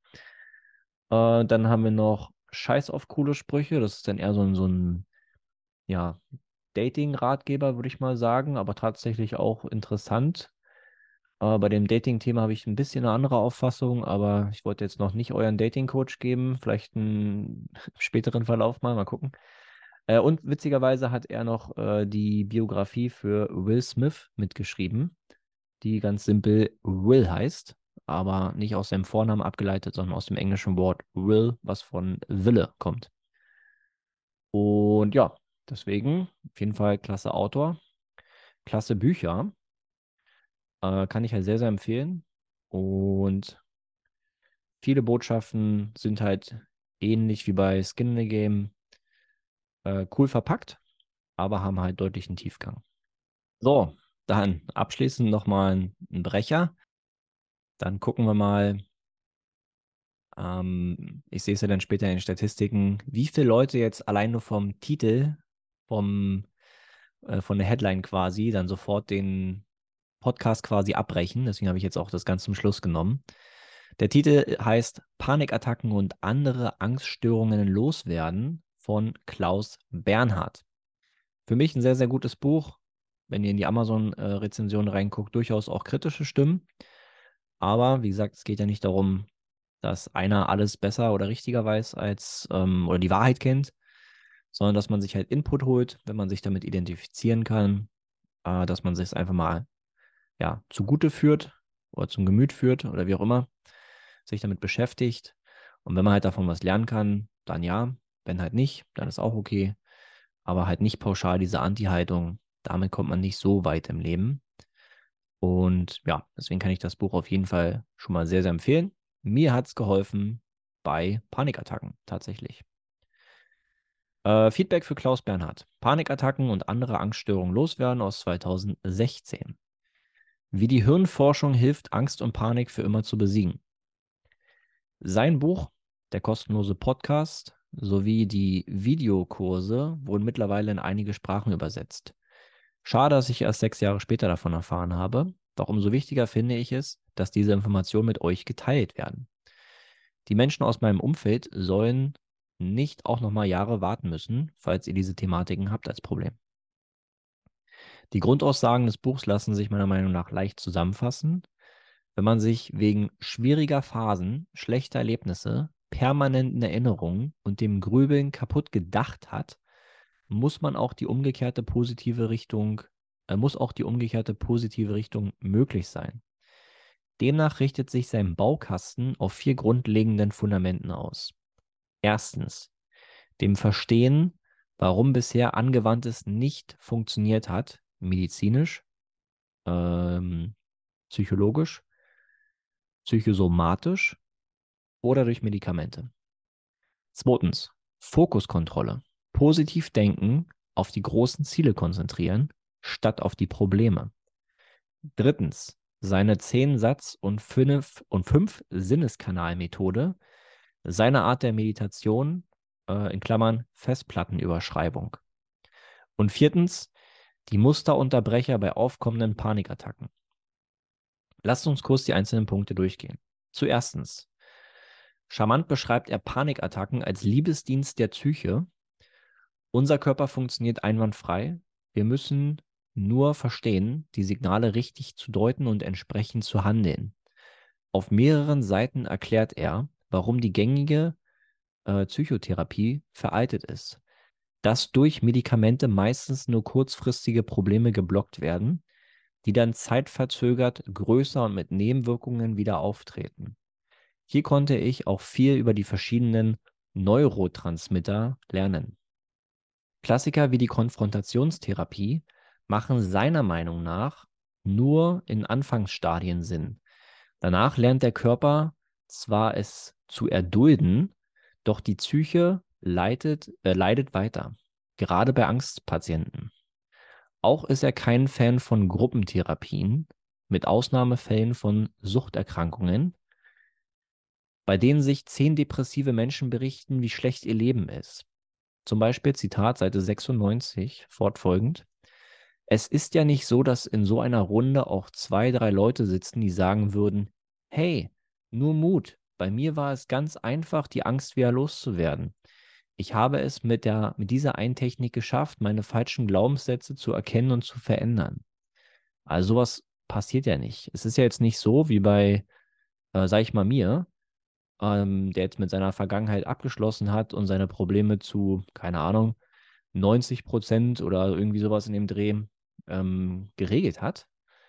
A: Dann haben wir noch Scheiß auf coole Sprüche. Das ist dann eher so ein ja, Dating-Ratgeber, würde ich mal sagen, aber tatsächlich auch interessant. Bei dem Dating-Thema habe ich ein bisschen eine andere Auffassung, aber ich wollte jetzt noch nicht euren Dating-Coach geben. Vielleicht einen späteren Verlauf mal gucken. Und witzigerweise hat er noch die Biografie für Will Smith mitgeschrieben, die ganz simpel Will heißt, aber nicht aus seinem Vornamen abgeleitet, sondern aus dem englischen Wort Will, was von Wille kommt. Und ja, deswegen auf jeden Fall klasse Autor, klasse Bücher, kann ich halt sehr, sehr empfehlen. Und viele Botschaften sind halt ähnlich wie bei Skin in the Game cool verpackt, aber haben halt deutlichen Tiefgang. So, dann abschließend nochmal ein Brecher. Dann gucken wir mal, ich sehe es ja dann später in den Statistiken, wie viele Leute jetzt allein nur vom Titel, von der Headline quasi, dann sofort den Podcast quasi abbrechen. Deswegen habe ich jetzt auch das ganz zum Schluss genommen. Der Titel heißt Panikattacken und andere Angststörungen loswerden von Klaus Bernhard. Für mich ein sehr, sehr gutes Buch. Wenn ihr in die Amazon-Rezension reinguckt, durchaus auch kritische Stimmen. Aber wie gesagt, es geht ja nicht darum, dass einer alles besser oder richtiger weiß als oder die Wahrheit kennt, sondern dass man sich halt Input holt, wenn man sich damit identifizieren kann, dass man sich es einfach mal ja, zugute führt oder zum Gemüt führt oder wie auch immer, sich damit beschäftigt. Und wenn man halt davon was lernen kann, dann ja. Wenn halt nicht, dann ist auch okay. Aber halt nicht pauschal diese Anti-Haltung. Damit kommt man nicht so weit im Leben. Und ja, deswegen kann ich das Buch auf jeden Fall schon mal sehr, sehr empfehlen. Mir hat es geholfen bei Panikattacken tatsächlich. Feedback für Klaus Bernhard. Panikattacken und andere Angststörungen loswerden aus 2016. Wie die Hirnforschung hilft, Angst und Panik für immer zu besiegen. Sein Buch, der kostenlose Podcast sowie die Videokurse wurden mittlerweile in einige Sprachen übersetzt. Schade, dass ich erst 6 Jahre später davon erfahren habe. Doch umso wichtiger finde ich es, dass diese Informationen mit euch geteilt werden. Die Menschen aus meinem Umfeld sollen nicht auch nochmal Jahre warten müssen, falls ihr diese Thematiken habt als Problem. Die Grundaussagen des Buchs lassen sich meiner Meinung nach leicht zusammenfassen. Wenn man sich wegen schwieriger Phasen, schlechter Erlebnisse, permanenten Erinnerungen und dem Grübeln kaputt gedacht hat, muss auch die umgekehrte positive Richtung möglich sein. Demnach richtet sich sein Baukasten auf 4 grundlegenden Fundamenten aus. Erstens, dem Verstehen, warum bisher Angewandtes nicht funktioniert hat, medizinisch, psychologisch, psychosomatisch oder durch Medikamente. Zweitens, Fokuskontrolle. Positiv denken, auf die großen Ziele konzentrieren, statt auf die Probleme. Drittens, seine 10-Satz- und 5-Sinneskanal-Methode, seine Art der Meditation, in Klammern Festplattenüberschreibung. Und viertens, die Musterunterbrecher bei aufkommenden Panikattacken. Lasst uns kurz die einzelnen Punkte durchgehen. Zuerstens, charmant beschreibt er Panikattacken als Liebesdienst der Psyche. Unser Körper funktioniert einwandfrei. Wir müssen nur verstehen, die Signale richtig zu deuten und entsprechend zu handeln. Auf mehreren Seiten erklärt er, warum die gängige Psychotherapie veraltet ist, dass durch Medikamente meistens nur kurzfristige Probleme geblockt werden, die dann zeitverzögert größer und mit Nebenwirkungen wieder auftreten. Hier konnte ich auch viel über die verschiedenen Neurotransmitter lernen. Klassiker wie die Konfrontationstherapie machen seiner Meinung nach nur in Anfangsstadien Sinn. Danach lernt der Körper zwar es zu erdulden, doch die Psyche leidet weiter, gerade bei Angstpatienten. Auch ist er kein Fan von Gruppentherapien, mit Ausnahmefällen von Suchterkrankungen, bei denen sich 10 depressive Menschen berichten, wie schlecht ihr Leben ist. Zum Beispiel, Zitat, Seite 96, fortfolgend. Es ist ja nicht so, dass in so einer Runde auch 2, 3 Leute sitzen, die sagen würden, hey, nur Mut. Bei mir war es ganz einfach, die Angst wieder loszuwerden. Ich habe es mit dieser einen Technik geschafft, meine falschen Glaubenssätze zu erkennen und zu verändern. Also sowas passiert ja nicht. Es ist ja jetzt nicht so wie bei, sag ich mal, mir, der jetzt mit seiner Vergangenheit abgeschlossen hat und seine Probleme zu, keine Ahnung, 90% oder irgendwie sowas in dem Dreh geregelt hat,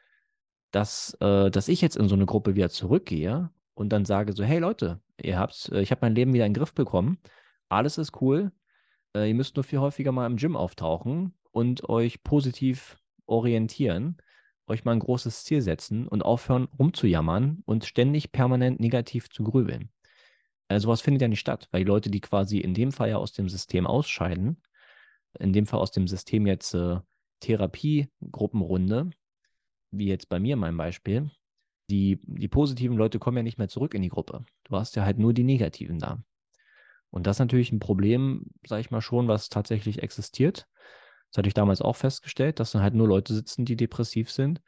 A: dass ich jetzt in so eine Gruppe wieder zurückgehe und dann sage so, hey Leute, ich habe mein Leben wieder in den Griff bekommen, alles ist cool, ihr müsst nur viel häufiger mal im Gym auftauchen und euch positiv orientieren, euch mal ein großes Ziel setzen und aufhören rumzujammern und ständig permanent negativ zu grübeln. Sowas findet ja nicht statt, weil die Leute, die quasi in dem Fall ja aus dem System ausscheiden, in dem Fall aus dem System jetzt Therapie-Gruppenrunde, wie jetzt bei mir in meinem Beispiel, die positiven Leute kommen ja nicht mehr zurück in die Gruppe. Du hast ja halt nur die negativen da. Und das ist natürlich ein Problem, sage ich mal schon, was tatsächlich existiert. Das hatte ich damals auch festgestellt, dass dann halt nur Leute sitzen, die depressiv sind.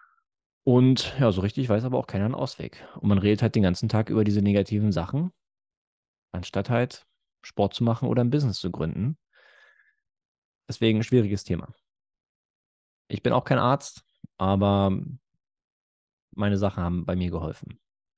A: Und ja, so richtig weiß aber auch keiner einen Ausweg. Und man redet halt den ganzen Tag über diese negativen Sachen, anstatt halt Sport zu machen oder ein Business zu gründen. Deswegen ein schwieriges Thema. Ich bin auch kein Arzt, aber meine Sachen haben bei mir geholfen.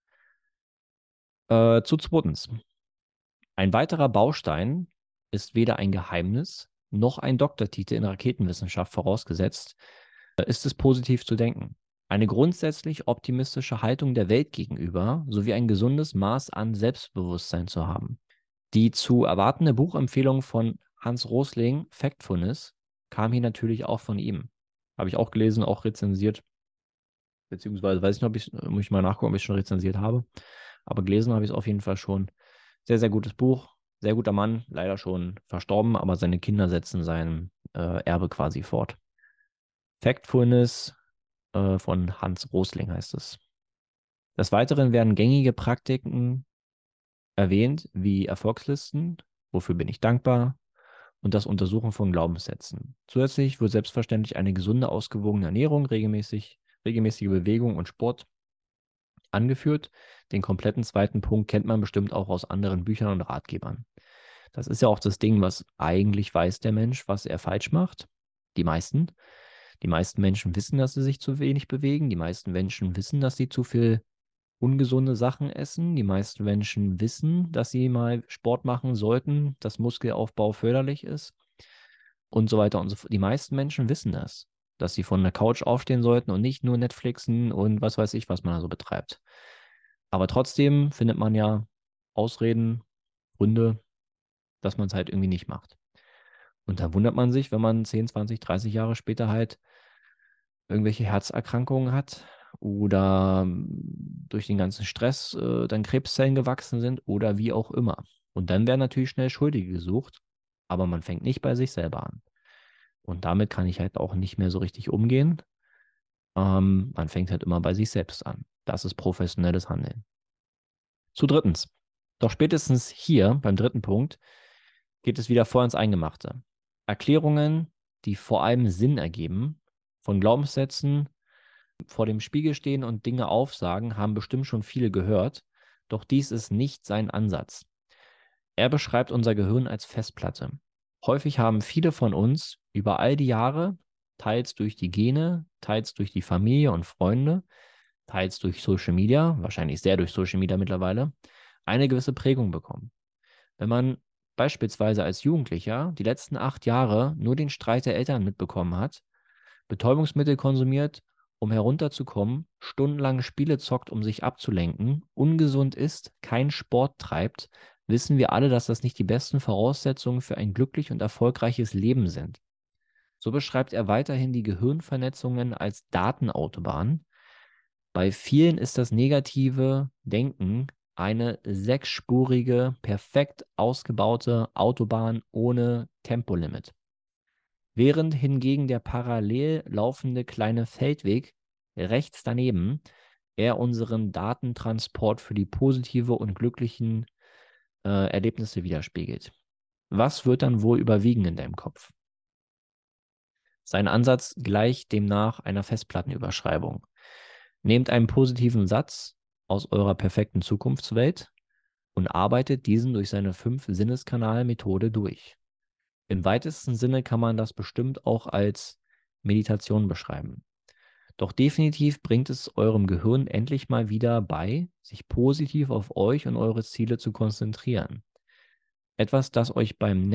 A: Zu zweitens. Ein weiterer Baustein ist weder ein Geheimnis noch ein Doktortitel in Raketenwissenschaft vorausgesetzt, ist es positiv zu denken. Eine grundsätzlich optimistische Haltung der Welt gegenüber sowie ein gesundes Maß an Selbstbewusstsein zu haben. Die zu erwartende Buchempfehlung von Hans Rosling, Factfulness, kam hier natürlich auch von ihm. Habe ich auch gelesen, auch rezensiert. Beziehungsweise weiß ich nicht, muss ich mal nachgucken, ob ich es schon rezensiert habe. Aber gelesen habe ich es auf jeden Fall schon. Sehr, sehr gutes Buch. Sehr guter Mann, leider schon verstorben, aber seine Kinder setzen sein Erbe quasi fort. Factfulness von Hans Rosling heißt es. Des Weiteren werden gängige Praktiken erwähnt, wie Erfolgslisten, wofür bin ich dankbar, und das Untersuchen von Glaubenssätzen. Zusätzlich wird selbstverständlich eine gesunde, ausgewogene Ernährung, regelmäßige Bewegung und Sport angeführt. Den kompletten zweiten Punkt kennt man bestimmt auch aus anderen Büchern und Ratgebern. Das ist ja auch das Ding, was eigentlich weiß der Mensch, was er falsch macht. Die meisten. Die meisten Menschen wissen, dass sie sich zu wenig bewegen. Die meisten Menschen wissen, dass sie zu viel ungesunde Sachen essen. Die meisten Menschen wissen, dass sie mal Sport machen sollten, dass Muskelaufbau förderlich ist und so weiter und so fort. Die meisten Menschen wissen das, dass sie von der Couch aufstehen sollten und nicht nur Netflixen und was weiß ich, was man da so betreibt. Aber trotzdem findet man ja Ausreden, Gründe, dass man es halt irgendwie nicht macht. Und da wundert man sich, wenn man 10, 20, 30 Jahre später halt irgendwelche Herzerkrankungen hat oder durch den ganzen Stress dann Krebszellen gewachsen sind oder wie auch immer. Und dann werden natürlich schnell Schuldige gesucht, aber man fängt nicht bei sich selber an. Und damit kann ich halt auch nicht mehr so richtig umgehen. Man fängt halt immer bei sich selbst an. Das ist professionelles Handeln. Zu drittens. Doch spätestens hier, beim dritten Punkt, geht es wieder vor ins Eingemachte. Erklärungen, die vor allem Sinn ergeben, von Glaubenssätzen, vor dem Spiegel stehen und Dinge aufsagen, haben bestimmt schon viele gehört, doch dies ist nicht sein Ansatz. Er beschreibt unser Gehirn als Festplatte. Häufig haben viele von uns über all die Jahre, teils durch die Gene, teils durch die Familie und Freunde, teils durch Social Media, wahrscheinlich sehr durch Social Media mittlerweile, eine gewisse Prägung bekommen. Wenn man beispielsweise als Jugendlicher die letzten 8 Jahre nur den Streit der Eltern mitbekommen hat, Betäubungsmittel konsumiert, um herunterzukommen, stundenlang Spiele zockt, um sich abzulenken, ungesund ist, keinen Sport treibt, wissen wir alle, dass das nicht die besten Voraussetzungen für ein glücklich und erfolgreiches Leben sind. So beschreibt er weiterhin die Gehirnvernetzungen als Datenautobahn. Bei vielen ist das negative Denken eine sechsspurige, perfekt ausgebaute Autobahn ohne Tempolimit. Während hingegen der parallel laufende kleine Feldweg rechts daneben eher unseren Datentransport für die positive und glücklichen Erlebnisse widerspiegelt. Was wird dann wohl überwiegen in deinem Kopf? Sein Ansatz gleicht demnach einer Festplattenüberschreibung. Nehmt einen positiven Satz aus eurer perfekten Zukunftswelt und arbeitet diesen durch seine 5-Sinneskanal-Methode durch. Im weitesten Sinne kann man das bestimmt auch als Meditation beschreiben. Doch definitiv bringt es eurem Gehirn endlich mal wieder bei, sich positiv auf euch und eure Ziele zu konzentrieren. Etwas, das euch beim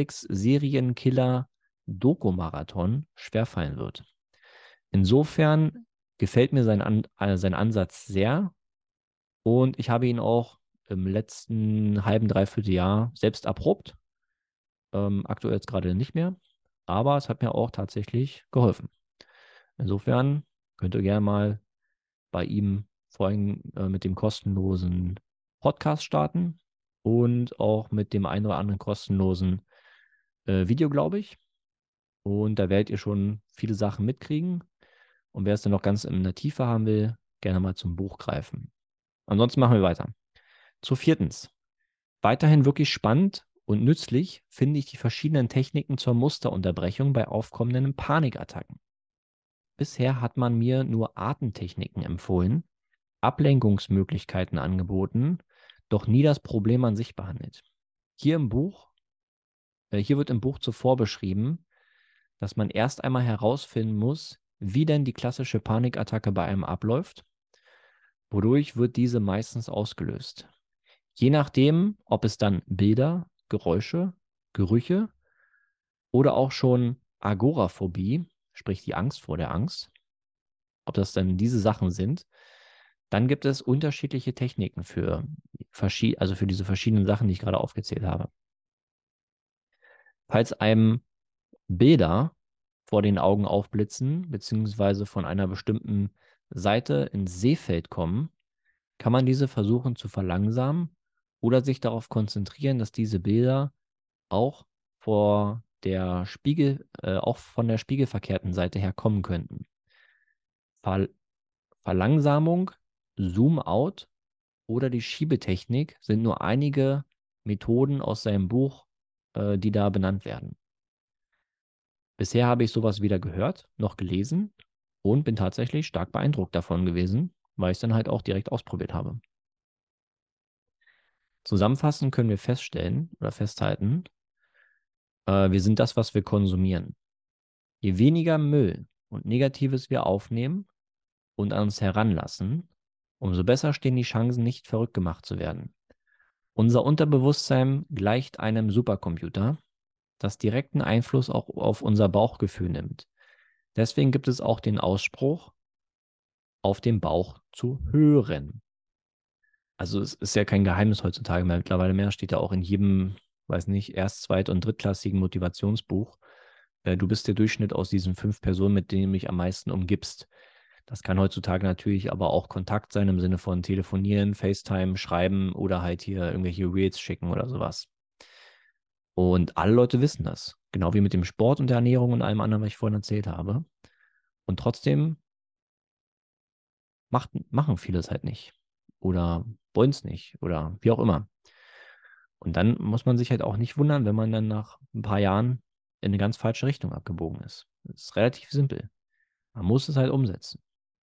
A: Netflix-Serienkiller-Doku-Marathon schwerfallen wird. Insofern gefällt mir sein Ansatz sehr und ich habe ihn auch im letzten halben, dreiviertel Jahr selbst erprobt. Aktuell jetzt gerade nicht mehr, aber es hat mir auch tatsächlich geholfen. Insofern könnt ihr gerne mal bei ihm vor allem mit dem kostenlosen Podcast starten und auch mit dem einen oder anderen kostenlosen Video, glaube ich. Und da werdet ihr schon viele Sachen mitkriegen. Und wer es dann noch ganz in der Tiefe haben will, gerne mal zum Buch greifen. Ansonsten machen wir weiter. Zu viertens. Weiterhin wirklich spannend und nützlich finde ich die verschiedenen Techniken zur Musterunterbrechung bei aufkommenden Panikattacken. Bisher hat man mir nur Atemtechniken empfohlen, Ablenkungsmöglichkeiten angeboten, doch nie das Problem an sich behandelt. Hier wird im Buch zuvor beschrieben, dass man erst einmal herausfinden muss, wie denn die klassische Panikattacke bei einem abläuft. Wodurch wird diese meistens ausgelöst? Je nachdem, ob es dann Bilder, Geräusche, Gerüche oder auch schon Agoraphobie, sprich die Angst vor der Angst, ob das dann diese Sachen sind, dann gibt es unterschiedliche Techniken für diese verschiedenen Sachen, die ich gerade aufgezählt habe. Falls einem Bilder vor den Augen aufblitzen, beziehungsweise von einer bestimmten Seite ins Sehfeld kommen, kann man diese versuchen zu verlangsamen oder sich darauf konzentrieren, dass diese Bilder auch auch von der spiegelverkehrten Seite her kommen könnten. Verlangsamung, Zoom-out oder die Schiebetechnik sind nur einige Methoden aus seinem Buch, die da benannt werden. Bisher habe ich sowas weder gehört noch gelesen und bin tatsächlich stark beeindruckt davon gewesen, weil ich es dann halt auch direkt ausprobiert habe. Zusammenfassend können wir feststellen oder festhalten, wir sind das, was wir konsumieren. Je weniger Müll und Negatives wir aufnehmen und an uns heranlassen, umso besser stehen die Chancen, nicht verrückt gemacht zu werden. Unser Unterbewusstsein gleicht einem Supercomputer, das direkten Einfluss auch auf unser Bauchgefühl nimmt. Deswegen gibt es auch den Ausspruch, auf den Bauch zu hören. Also es ist ja kein Geheimnis heutzutage mehr. Mittlerweile mehr steht ja auch in jedem, weiß nicht, erst-, zweit- und drittklassigen Motivationsbuch. Du bist der Durchschnitt aus diesen 5 Personen, mit denen du dich am meisten umgibst. Das kann heutzutage natürlich aber auch Kontakt sein im Sinne von telefonieren, FaceTime, schreiben oder halt hier irgendwelche Reels schicken oder sowas. Und alle Leute wissen das. Genau wie mit dem Sport und der Ernährung und allem anderen, was ich vorhin erzählt habe. Und trotzdem machen viele es halt nicht. Oder wollen es nicht. Oder wie auch immer. Und dann muss man sich halt auch nicht wundern, wenn man dann nach ein paar Jahren in eine ganz falsche Richtung abgebogen ist. Das ist relativ simpel. Man muss es halt umsetzen.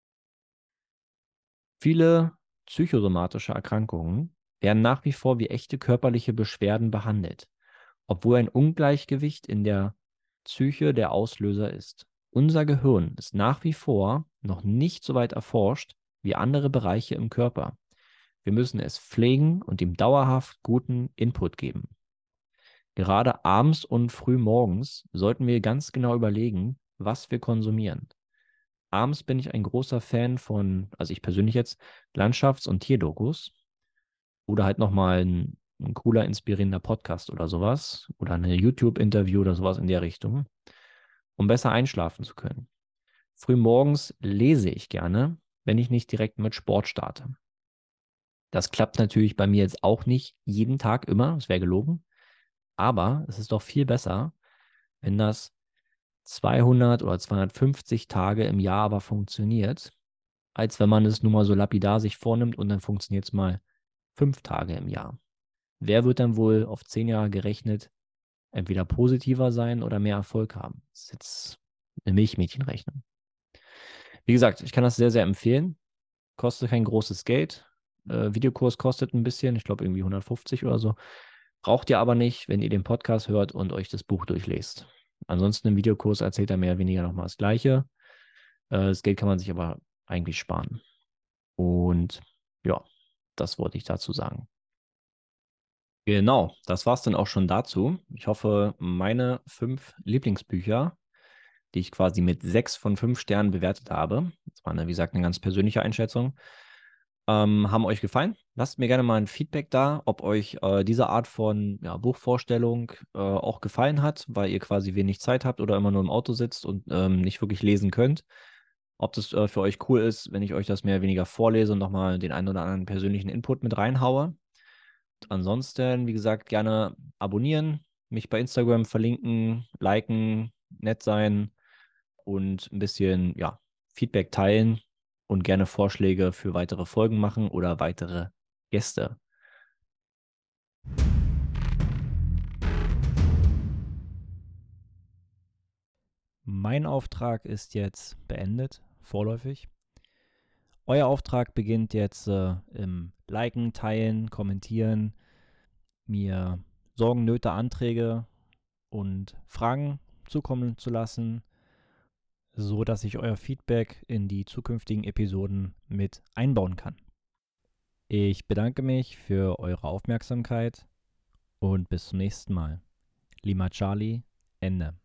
A: Viele psychosomatische Erkrankungen werden nach wie vor wie echte körperliche Beschwerden behandelt, obwohl ein Ungleichgewicht in der Psyche der Auslöser ist. Unser Gehirn ist nach wie vor noch nicht so weit erforscht wie andere Bereiche im Körper. Wir müssen es pflegen und ihm dauerhaft guten Input geben. Gerade abends und früh morgens sollten wir ganz genau überlegen, was wir konsumieren. Abends bin ich ein großer Fan von, also ich persönlich jetzt, Landschafts- und Tierdokus oder halt nochmal ein cooler, inspirierender Podcast oder sowas oder eine YouTube-Interview oder sowas in der Richtung, um besser einschlafen zu können. Früh morgens lese ich gerne, wenn ich nicht direkt mit Sport starte. Das klappt natürlich bei mir jetzt auch nicht jeden Tag immer, das wäre gelogen, aber es ist doch viel besser, wenn das 200 oder 250 Tage im Jahr aber funktioniert, als wenn man es nur mal so lapidar sich vornimmt und dann funktioniert es mal 5 Tage im Jahr. Wer wird dann wohl auf 10 Jahre gerechnet entweder positiver sein oder mehr Erfolg haben? Das ist jetzt eine Milchmädchenrechnung. Wie gesagt, ich kann das sehr, sehr empfehlen. Kostet kein großes Geld. Videokurs kostet ein bisschen, ich glaube irgendwie 150 oder so. Braucht ihr aber nicht, wenn ihr den Podcast hört und euch das Buch durchlest. Ansonsten im Videokurs erzählt er mehr oder weniger nochmal das Gleiche. Das Geld kann man sich aber eigentlich sparen. Und ja, das wollte ich dazu sagen. Genau, das war es dann auch schon dazu. Ich hoffe, meine 5 Lieblingsbücher, die ich quasi mit 6 von 5 Sternen bewertet habe, das war eine, wie gesagt, eine ganz persönliche Einschätzung, haben euch gefallen. Lasst mir gerne mal ein Feedback da, ob euch diese Art von Buchvorstellung auch gefallen hat, weil ihr quasi wenig Zeit habt oder immer nur im Auto sitzt und nicht wirklich lesen könnt. Ob das für euch cool ist, wenn ich euch das mehr oder weniger vorlese und nochmal den einen oder anderen persönlichen Input mit reinhaue. Ansonsten, wie gesagt, gerne abonnieren, mich bei Instagram verlinken, liken, nett sein und ein bisschen, Feedback teilen und gerne Vorschläge für weitere Folgen machen oder weitere Gäste.
B: Mein Auftrag ist jetzt beendet, vorläufig. Euer Auftrag beginnt jetzt im Liken, Teilen, Kommentieren, mir Sorgen, Nöte, Anträge und Fragen zukommen zu lassen, so dass ich euer Feedback in die zukünftigen Episoden mit einbauen kann. Ich bedanke mich für eure Aufmerksamkeit und bis zum nächsten Mal. Lima Charlie, Ende.